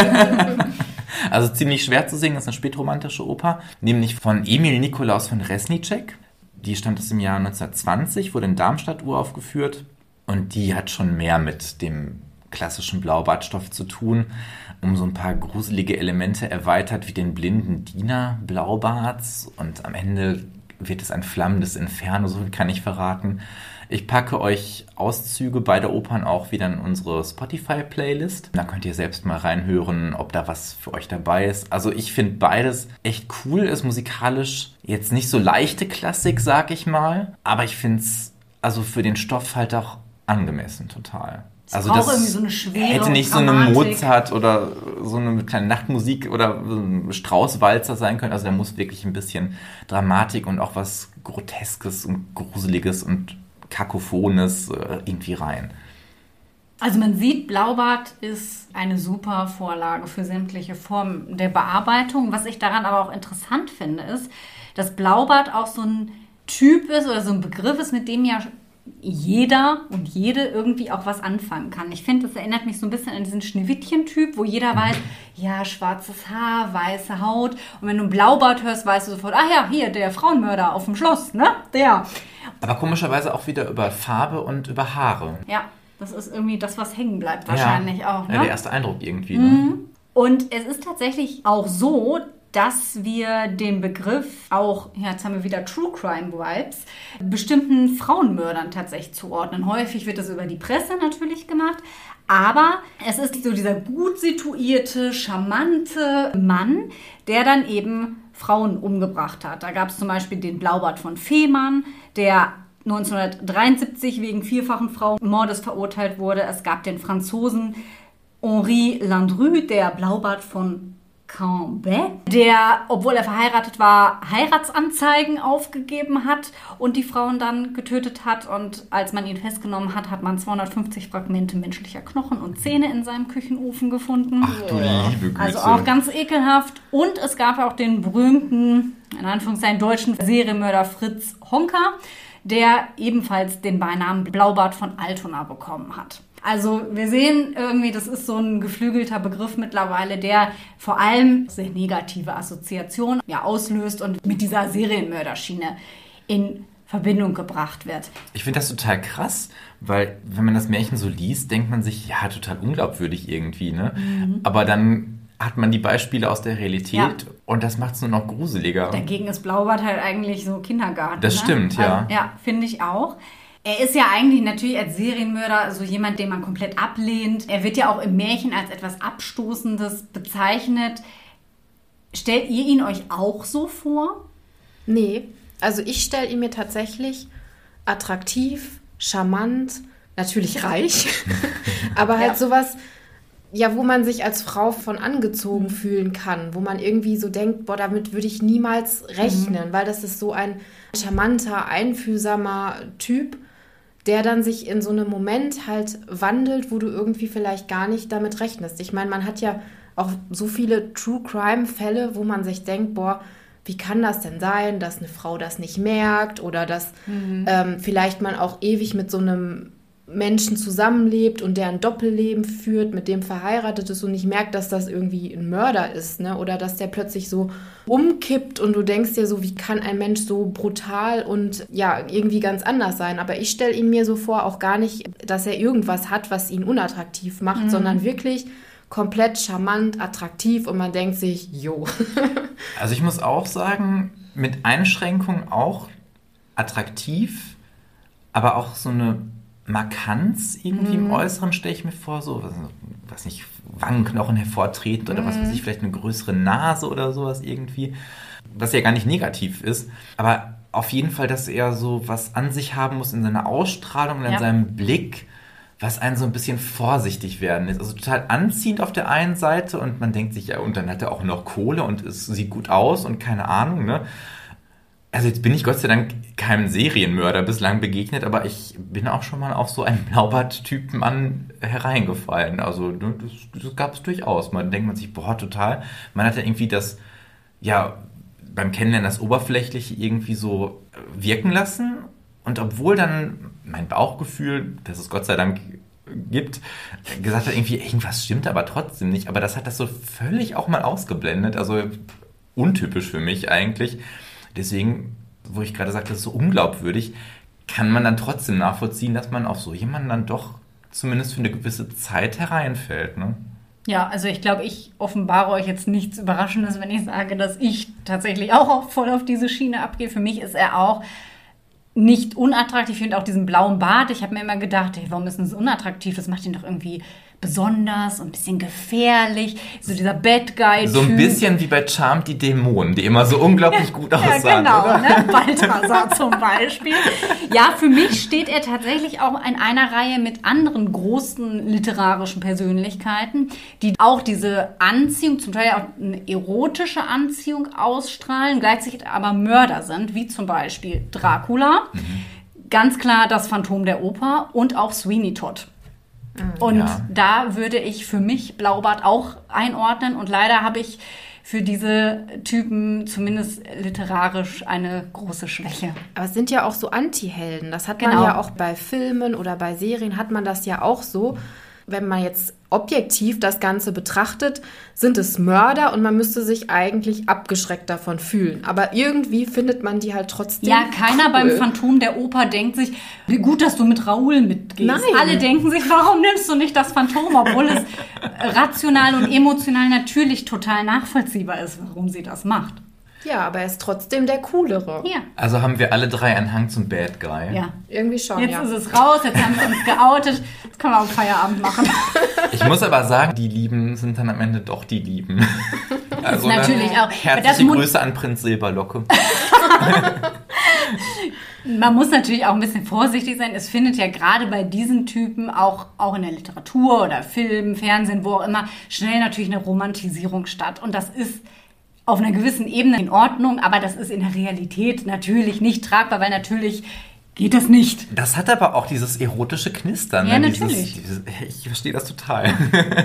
Also ziemlich schwer zu singen, das ist eine spätromantische Oper, nämlich von Emil Nikolaus von Resnicek. Die stammt aus dem Jahr neunzehnhundertzwanzig, wurde in Darmstadt uraufgeführt, und die hat schon mehr mit dem klassischen Blaubartstoff zu tun, um so ein paar gruselige Elemente erweitert, wie den blinden Diener Blaubarts, und am Ende wird es ein flammendes Inferno, so viel kann ich verraten. Ich packe euch Auszüge beider Opern auch wieder in unsere Spotify-Playlist. Da könnt ihr selbst mal reinhören, ob da was für euch dabei ist. Also ich finde beides echt cool, ist musikalisch jetzt nicht so leichte Klassik, sag ich mal, aber ich finde es also für den Stoff halt auch angemessen total. Also auch das irgendwie so eine schwere hätte nicht Dramatik. So eine Mozart oder so eine kleine Nachtmusik oder ein Straußwalzer sein können. Also da muss wirklich ein bisschen Dramatik und auch was Groteskes und Gruseliges und Kakophones irgendwie rein. Also man sieht, Blaubart ist eine super Vorlage für sämtliche Formen der Bearbeitung. Was ich daran aber auch interessant finde, ist, dass Blaubart auch so ein Typ ist oder so ein Begriff ist, mit dem ja jeder und jede irgendwie auch was anfangen kann. Ich finde, das erinnert mich so ein bisschen an diesen Schneewittchen-Typ, wo jeder weiß, ja, schwarzes Haar, weiße Haut. Und wenn du einen Blaubart hörst, weißt du sofort, ah ja, hier, der Frauenmörder auf dem Schloss, ne? Der. Aber komischerweise auch wieder über Farbe und über Haare. Ja, das ist irgendwie das, was hängen bleibt wahrscheinlich ja, auch. Ne? Ja, der erste Eindruck irgendwie. Mhm. Ne? Und es ist tatsächlich auch so, dass wir den Begriff auch, ja, jetzt haben wir wieder True Crime Vibes, bestimmten Frauenmördern tatsächlich zuordnen. Häufig wird das über die Presse natürlich gemacht, aber Es ist so dieser gut situierte, charmante Mann, der dann eben Frauen umgebracht hat. Da gab es zum Beispiel den Blaubart von Fehmarn, der neunzehnhundertdreiundsiebzig wegen vierfachen Frauenmordes verurteilt wurde. Es gab den Franzosen Henri Landru, der Blaubart von Cambrai, der, obwohl er verheiratet war, Heiratsanzeigen aufgegeben hat und die Frauen dann getötet hat. Und als man ihn festgenommen hat, hat man zweihundertfünfzig Fragmente menschlicher Knochen und Zähne in seinem Küchenofen gefunden. Ach du liebe Güte. Also auch ganz ekelhaft. Und es gab auch den berühmten, in Anführungszeichen deutschen Serienmörder Fritz Honka, der ebenfalls den Beinamen Blaubart von Altona bekommen hat. Also wir sehen irgendwie, das ist so ein geflügelter Begriff mittlerweile, der vor allem sehr negative Assoziationen ja, auslöst und mit dieser Serienmörderschiene in Verbindung gebracht wird. Ich finde das total krass, weil wenn man das Märchen so liest, denkt man sich, ja, total unglaubwürdig irgendwie, ne? Mhm. Aber dann hat man die Beispiele aus der Realität ja. und das macht es nur noch gruseliger. Dagegen ist Blaubart halt eigentlich so Kindergarten. Das ne? stimmt, ja. Also, ja, finde ich auch. Er ist ja eigentlich natürlich als Serienmörder so jemand, den man komplett ablehnt. Er wird ja auch im Märchen als etwas Abstoßendes bezeichnet. Stellt ihr ihn euch auch so vor? Nee, also ich stelle ihn mir tatsächlich attraktiv, charmant, natürlich reich, aber halt ja. sowas, ja, wo man sich als Frau von angezogen mhm. fühlen kann, wo man irgendwie so denkt, boah, damit würde ich niemals rechnen, mhm. weil das ist so ein charmanter, einfühlsamer Typ, der dann sich in so einem Moment halt wandelt, wo du irgendwie vielleicht gar nicht damit rechnest. Ich meine, man hat ja auch so viele True-Crime-Fälle, wo man sich denkt, boah, wie kann das denn sein, dass eine Frau das nicht merkt oder dass mhm. ähm, vielleicht man auch ewig mit so einem Menschen zusammenlebt und der ein Doppelleben führt, mit dem verheiratet ist und nicht merkt, dass das irgendwie ein Mörder ist, ne? Oder dass der plötzlich so umkippt und du denkst dir so, wie kann ein Mensch so brutal und ja, irgendwie ganz anders sein. Aber ich stelle ihn mir so vor, auch gar nicht, dass er irgendwas hat, was ihn unattraktiv macht, mhm. sondern wirklich komplett charmant, attraktiv und man denkt sich, jo. Also ich muss auch sagen, mit Einschränkungen auch attraktiv, aber auch so eine Markanz irgendwie mm. im Äußeren stelle ich mir vor, so, was, was nicht, Wangenknochen hervortretend oder mm. was weiß ich, vielleicht eine größere Nase oder sowas irgendwie, was ja gar nicht negativ ist, aber auf jeden Fall, dass er so was an sich haben muss in seiner Ausstrahlung und in ja. seinem Blick, was einen so ein bisschen vorsichtig werden ist. Also total anziehend auf der einen Seite und man denkt sich, ja, und dann hat er auch noch Kohle und es sieht gut aus und keine Ahnung, ne? Also jetzt bin ich Gott sei Dank keinem Serienmörder bislang begegnet, aber ich bin auch schon mal auf so einen Blaubart-Typ-Mann hereingefallen. Also das, das gab es durchaus. Man denkt man sich, boah, total. Man hat ja irgendwie das, ja, beim Kennenlernen das Oberflächliche irgendwie so wirken lassen. Und obwohl dann mein Bauchgefühl, das es Gott sei Dank gibt, gesagt hat, irgendwie irgendwas stimmt aber trotzdem nicht. Aber das hat das so völlig auch mal ausgeblendet. Also untypisch für mich eigentlich. Deswegen, wo ich gerade sagte, das ist so unglaubwürdig, kann man dann trotzdem nachvollziehen, dass man auf so jemanden dann doch zumindest für eine gewisse Zeit hereinfällt, ne? Ja, also ich glaube, ich offenbare euch jetzt nichts Überraschendes, wenn ich sage, dass ich tatsächlich auch voll auf diese Schiene abgehe. Für mich ist er auch nicht unattraktiv. Ich finde auch diesen blauen Bart. Ich habe mir immer gedacht, hey, warum ist das unattraktiv? Das macht ihn doch irgendwie besonders und ein bisschen gefährlich. So dieser Bad Guy-Typ. So ein bisschen wie bei Charmed die Dämonen, die immer so unglaublich gut aussahen, ja, genau, oder? Ne? Balthasar zum Beispiel. Ja, für mich steht er tatsächlich auch in einer Reihe mit anderen großen literarischen Persönlichkeiten, die auch diese Anziehung, zum Teil auch eine erotische Anziehung ausstrahlen, gleichzeitig aber Mörder sind, wie zum Beispiel Dracula, mhm. ganz klar das Phantom der Oper und auch Sweeney Todd. Und ja. da würde ich für mich Blaubart auch einordnen. Und leider habe ich für diese Typen zumindest literarisch eine große Schwäche. Aber es sind ja auch so Anti-Helden. Das hat genau. man ja auch bei Filmen oder bei Serien hat man das ja auch so. Wenn man jetzt objektiv das Ganze betrachtet, sind es Mörder und man müsste sich eigentlich abgeschreckt davon fühlen. Aber irgendwie findet man die halt trotzdem Ja, keiner cool. beim Phantom der Oper denkt sich, wie gut, dass du mit Raoul mitgehst. Nein. Alle denken sich, warum nimmst du nicht das Phantom? Obwohl es rational und emotional natürlich total nachvollziehbar ist, warum sie das macht. Ja, aber er ist trotzdem der Coolere. Ja. Also haben wir alle drei einen Hang zum Bad Guy. Ja. Irgendwie schon, Jetzt ja. ist es raus, jetzt haben wir uns geoutet. Jetzt können wir auch Feierabend machen. Ich muss aber sagen, die Lieben sind dann am Ende doch die Lieben. Also natürlich auch. Herzliche Grüße an Prinz Silberlocke. Man muss natürlich auch ein bisschen vorsichtig sein. Es findet ja gerade bei diesen Typen auch, auch in der Literatur oder Film, Fernsehen, wo auch immer, schnell natürlich eine Romantisierung statt. Und das ist auf einer gewissen Ebene in Ordnung, aber das ist in der Realität natürlich nicht tragbar, weil natürlich geht das nicht. Das hat aber auch dieses erotische Knistern. Ja, ne? natürlich. Dieses, dieses, ich verstehe das total.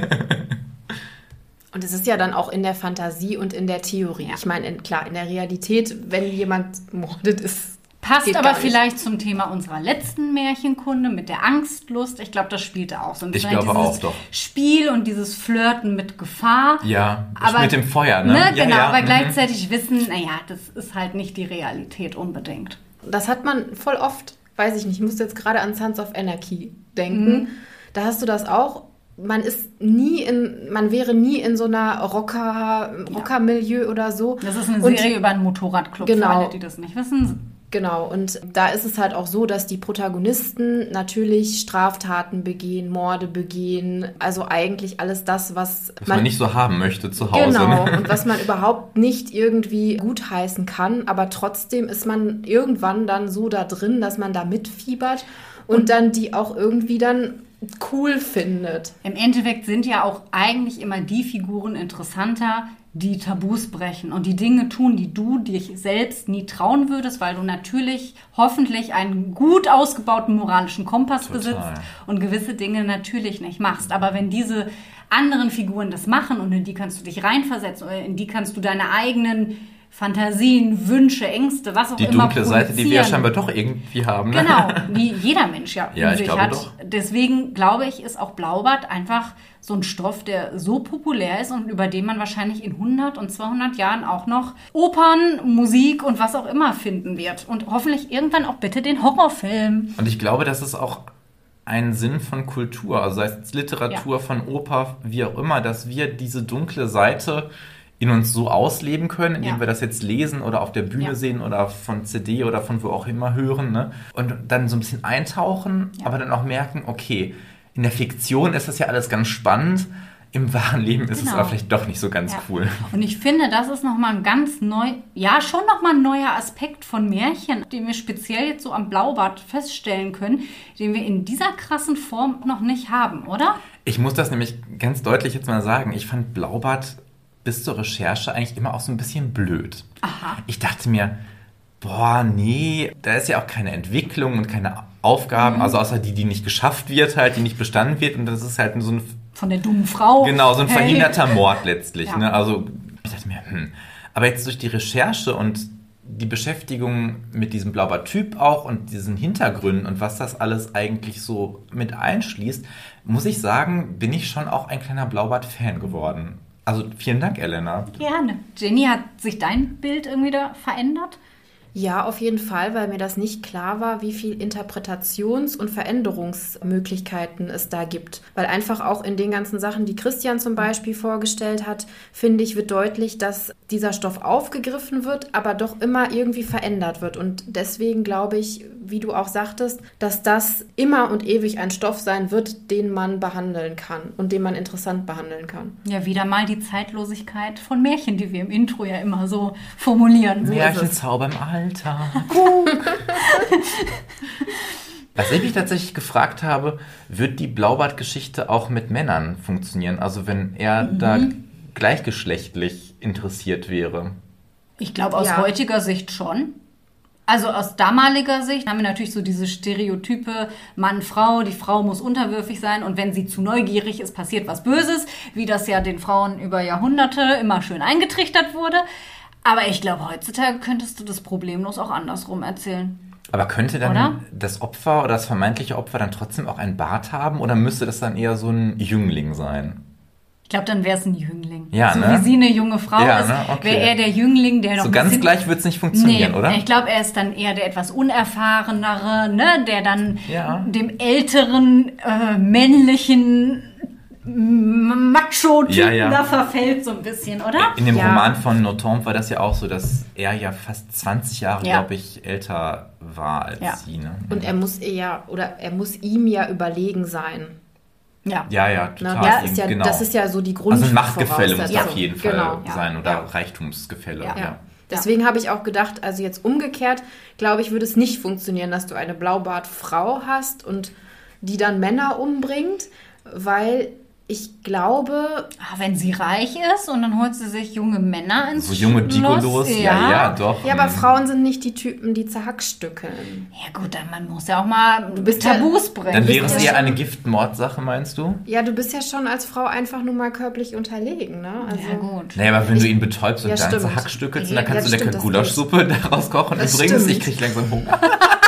Und es ist ja dann auch in der Fantasie und in der Theorie. Ja. Ich meine, in, klar, in der Realität, wenn jemand mordet, ist Passt geht aber gar nicht. vielleicht zum Thema unserer letzten Märchenkunde mit der Angstlust. Ich glaube, das spielte auch so ein bisschen. Ich glaube dieses auch, doch. Spiel und dieses Flirten mit Gefahr. Ja, aber, mit dem Feuer, ne? ne Ja, genau, ja, aber mhm. gleichzeitig wissen, naja, das ist halt nicht die Realität unbedingt. Das hat man voll oft, weiß ich nicht, ich musste jetzt gerade an Sons of Anarchy denken. Mhm. Da hast du das auch. Man ist nie in, man wäre nie in so einer Rocker, Rocker-Milieu oder so. Das ist eine Und- Serie über einen Motorradclub, Genau. für alle, die das nicht wissen. Genau, und da ist es halt auch so, dass die Protagonisten natürlich Straftaten begehen, Morde begehen, also eigentlich alles das, was, Was man nicht so haben möchte zu Hause. Genau, Ne? und was man überhaupt nicht irgendwie gutheißen kann, aber trotzdem ist man irgendwann dann so da drin, dass man da mitfiebert und dann die auch irgendwie dann cool findet. Im Endeffekt sind ja auch eigentlich immer die Figuren interessanter, die Tabus brechen und die Dinge tun, die du dich selbst nie trauen würdest, weil du natürlich hoffentlich einen gut ausgebauten moralischen Kompass Total. besitzt und gewisse Dinge natürlich nicht machst. Aber wenn diese anderen Figuren das machen und in die kannst du dich reinversetzen oder in die kannst du deine eigenen Fantasien, Wünsche, Ängste, was auch Die immer dunkle Seite, die wir ja projizieren. scheinbar doch irgendwie haben. Ne? Genau, wie jeder Mensch ja, Ja, in ich sich glaube hat. doch. Deswegen glaube ich, ist auch Blaubart einfach so ein Stoff, der so populär ist und über den man wahrscheinlich in hundert und zweihundert Jahren auch noch Opern, Musik und was auch immer finden wird. Und hoffentlich irgendwann auch bitte den Horrorfilm. Und ich glaube, das ist auch ein Sinn von Kultur, also sei es Literatur, Ja. von Oper, wie auch immer, dass wir diese dunkle Seite in uns so ausleben können, indem Ja. wir das jetzt lesen oder auf der Bühne Ja. sehen oder von C D oder von wo auch immer hören, ne? Und dann so ein bisschen eintauchen, Ja. aber dann auch merken, okay, in der Fiktion ist das ja alles ganz spannend, im wahren Leben ist es Genau. aber vielleicht doch nicht so ganz Ja. cool. Und ich finde, das ist nochmal ein ganz neu, ja, schon nochmal ein neuer Aspekt von Märchen, den wir speziell jetzt so am Blaubart feststellen können, den wir in dieser krassen Form noch nicht haben, oder? Ich muss das nämlich ganz deutlich jetzt mal sagen, ich fand Blaubart bis zur Recherche eigentlich immer auch so ein bisschen blöd. Aha. Ich dachte mir, boah, nee, da ist ja auch keine Entwicklung und keine Aufgaben, Mhm. also außer die, die nicht geschafft wird halt, die nicht bestanden wird und das ist halt so ein, Von der dummen Frau. genau, so ein Hey. verhinderter Mord letztlich, Ja. ne? Also ich dachte mir, hm, aber jetzt durch die Recherche und die Beschäftigung mit diesem Blaubart-Typ auch und diesen Hintergründen und was das alles eigentlich so mit einschließt, muss ich sagen, bin ich schon auch ein kleiner Blaubart-Fan geworden. Also vielen Dank, Elena. Gerne. Jenny, hat sich dein Bild irgendwie da verändert? Ja, auf jeden Fall, weil mir das nicht klar war, wie viel Interpretations- und Veränderungsmöglichkeiten es da gibt. Weil einfach auch in den ganzen Sachen, die Christian zum Beispiel vorgestellt hat, finde ich, wird deutlich, dass dieser Stoff aufgegriffen wird, aber doch immer irgendwie verändert wird. Und deswegen glaube ich, wie du auch sagtest, dass das immer und ewig ein Stoff sein wird, den man behandeln kann und den man interessant behandeln kann. Ja, wieder mal die Zeitlosigkeit von Märchen, die wir im Intro ja immer so formulieren. So ist es. Märchenzauber im Alltag. Was ich mich tatsächlich gefragt habe, wird die Blaubart-Geschichte auch mit Männern funktionieren? Also wenn er Mhm. da gleichgeschlechtlich interessiert wäre. Ich glaube, aus Ja. heutiger Sicht schon. Also aus damaliger Sicht haben wir natürlich so diese Stereotype Mann, Frau, die Frau muss unterwürfig sein und wenn sie zu neugierig ist, passiert was Böses, wie das ja den Frauen über Jahrhunderte immer schön eingetrichtert wurde. Aber ich glaube, heutzutage könntest du das problemlos auch andersrum erzählen. Aber könnte dann Oder? das Opfer oder das vermeintliche Opfer dann trotzdem auch ein Bart haben oder müsste das dann eher so ein Jüngling sein? Ich glaube, dann wäre es ein Jüngling. Ja, so ne? wie sie eine junge Frau Ja, ist, ne? Okay. wäre er der Jüngling, der noch So ein ganz bisschen gleich wird es nicht funktionieren, Nee, oder? ich glaube, er ist dann eher der etwas unerfahrenere, ne, der dann Ja. dem älteren, äh, männlichen Macho-Typen Ja, ja. da verfällt so ein bisschen, oder? In dem Ja. Roman von Nothomb war das ja auch so, dass er ja fast zwanzig Jahre, Ja. glaube ich, älter war als Ja. sie. Ne? Und er muss eher, oder er muss ihm ja überlegen sein. Ja. Ja, ja, Na, total. das, ist ja, genau. das ist ja so die also Grund. ein Machtgefälle muss Voraussetzung. auf jeden Fall Genau. sein oder Ja. Reichtumsgefälle. Ja. Ja. Ja. Deswegen habe ich auch gedacht, also jetzt umgekehrt, glaube ich, würde es nicht funktionieren, dass du eine Blaubart-Frau hast und die dann Männer umbringt, weil ich glaube, Ah, wenn sie reich ist und dann holt sie sich junge Männer ins So junge Schloss, Gigolos, ja, ja, doch. ja, aber Mhm. Frauen sind nicht die Typen, die zerhackstückeln. Ja gut, dann man muss ja auch mal bist Tabus ja- bringen. Dann wäre es ja eher schon- eine Gift-Mord-Sache, meinst du? Ja, du bist ja schon als Frau einfach nur mal körperlich unterlegen, ne? Also, Ja gut. Nee, aber wenn du ihn betäubst und Ja, dann stimmt. zerhackstückelst, Ja, dann kannst das du lecker stimmt, das Gulaschsuppe daraus kochen. Das Übrigens, stimmt. ich krieg langsam Hunger.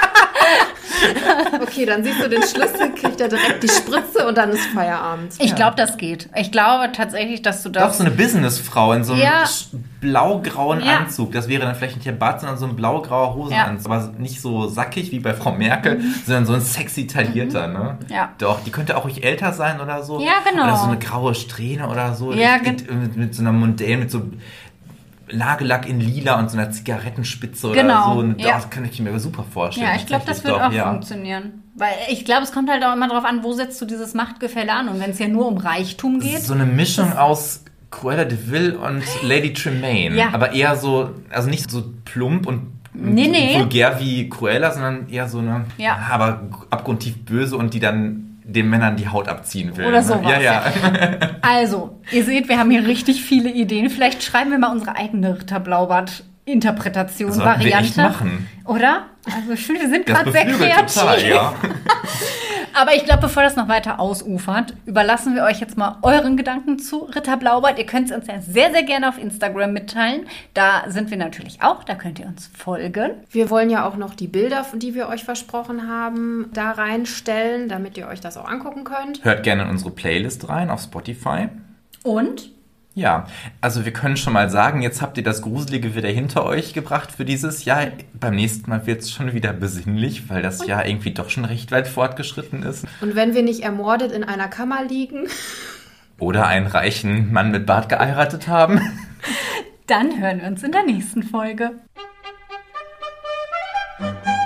Okay, dann siehst du den Schlüssel, kriegt er direkt die Spritze und dann ist Feierabend. Ich glaube, das geht. Ich glaube tatsächlich, dass du Doch, das... so eine Businessfrau in so einem Ja. sch- blau-grauen Ja. Anzug. Das wäre dann vielleicht nicht der Bart, sondern so ein blau-grauer Hosenanzug. Aber nicht so sackig wie bei Frau Merkel, sondern so ein sexy taillierter, ne? Ja. Doch, die könnte auch ruhig älter sein oder so. Ja, genau. Oder so eine graue Strähne oder so. Ja, Ich- ich- mit, mit so einer Mondäne, mit so Nagellack in lila und so einer Zigarettenspitze oder Genau, so. Und ja. das kann ich mir super vorstellen. Ja, ich glaube, das wird Tatsächlich auch doch, ja. funktionieren. Weil ich glaube, es kommt halt auch immer darauf an, wo setzt du dieses Machtgefälle an. Und wenn es ja nur um Reichtum geht... So eine Mischung aus Cruella de Vil und Lady Tremaine. Ja. Aber eher so, also nicht so plump und Nee, nee. vulgär wie Cruella, sondern eher so eine, Ja. aber abgrundtief böse und die dann den Männern die Haut abziehen will. Oder ne? sowas, Ja, ja. Also, ihr seht, wir haben hier richtig viele Ideen. Vielleicht schreiben wir mal unsere eigene Ritter Blaubart-Interpretation, Sollten wir Variante. echt machen. Oder? Also ich finde, wir sind Das gerade sehr beflügelt kreativ. total, ja. Aber ich glaube, bevor das noch weiter ausufert, überlassen wir euch jetzt mal euren Gedanken zu Ritter Blaubart. Ihr könnt es uns ja sehr, sehr gerne auf Instagram mitteilen. Da sind wir natürlich auch. Da könnt ihr uns folgen. Wir wollen ja auch noch die Bilder, die wir euch versprochen haben, da reinstellen, damit ihr euch das auch angucken könnt. Hört gerne in unsere Playlist rein auf Spotify. Und Ja, also wir können schon mal sagen, jetzt habt ihr das Gruselige wieder hinter euch gebracht für dieses Jahr. Beim nächsten Mal wird es schon wieder besinnlich, weil das Jahr irgendwie doch schon recht weit fortgeschritten ist. Und wenn wir nicht ermordet in einer Kammer liegen, Oder einen reichen Mann mit Bart geheiratet haben. dann hören wir uns in der nächsten Folge. Thank you.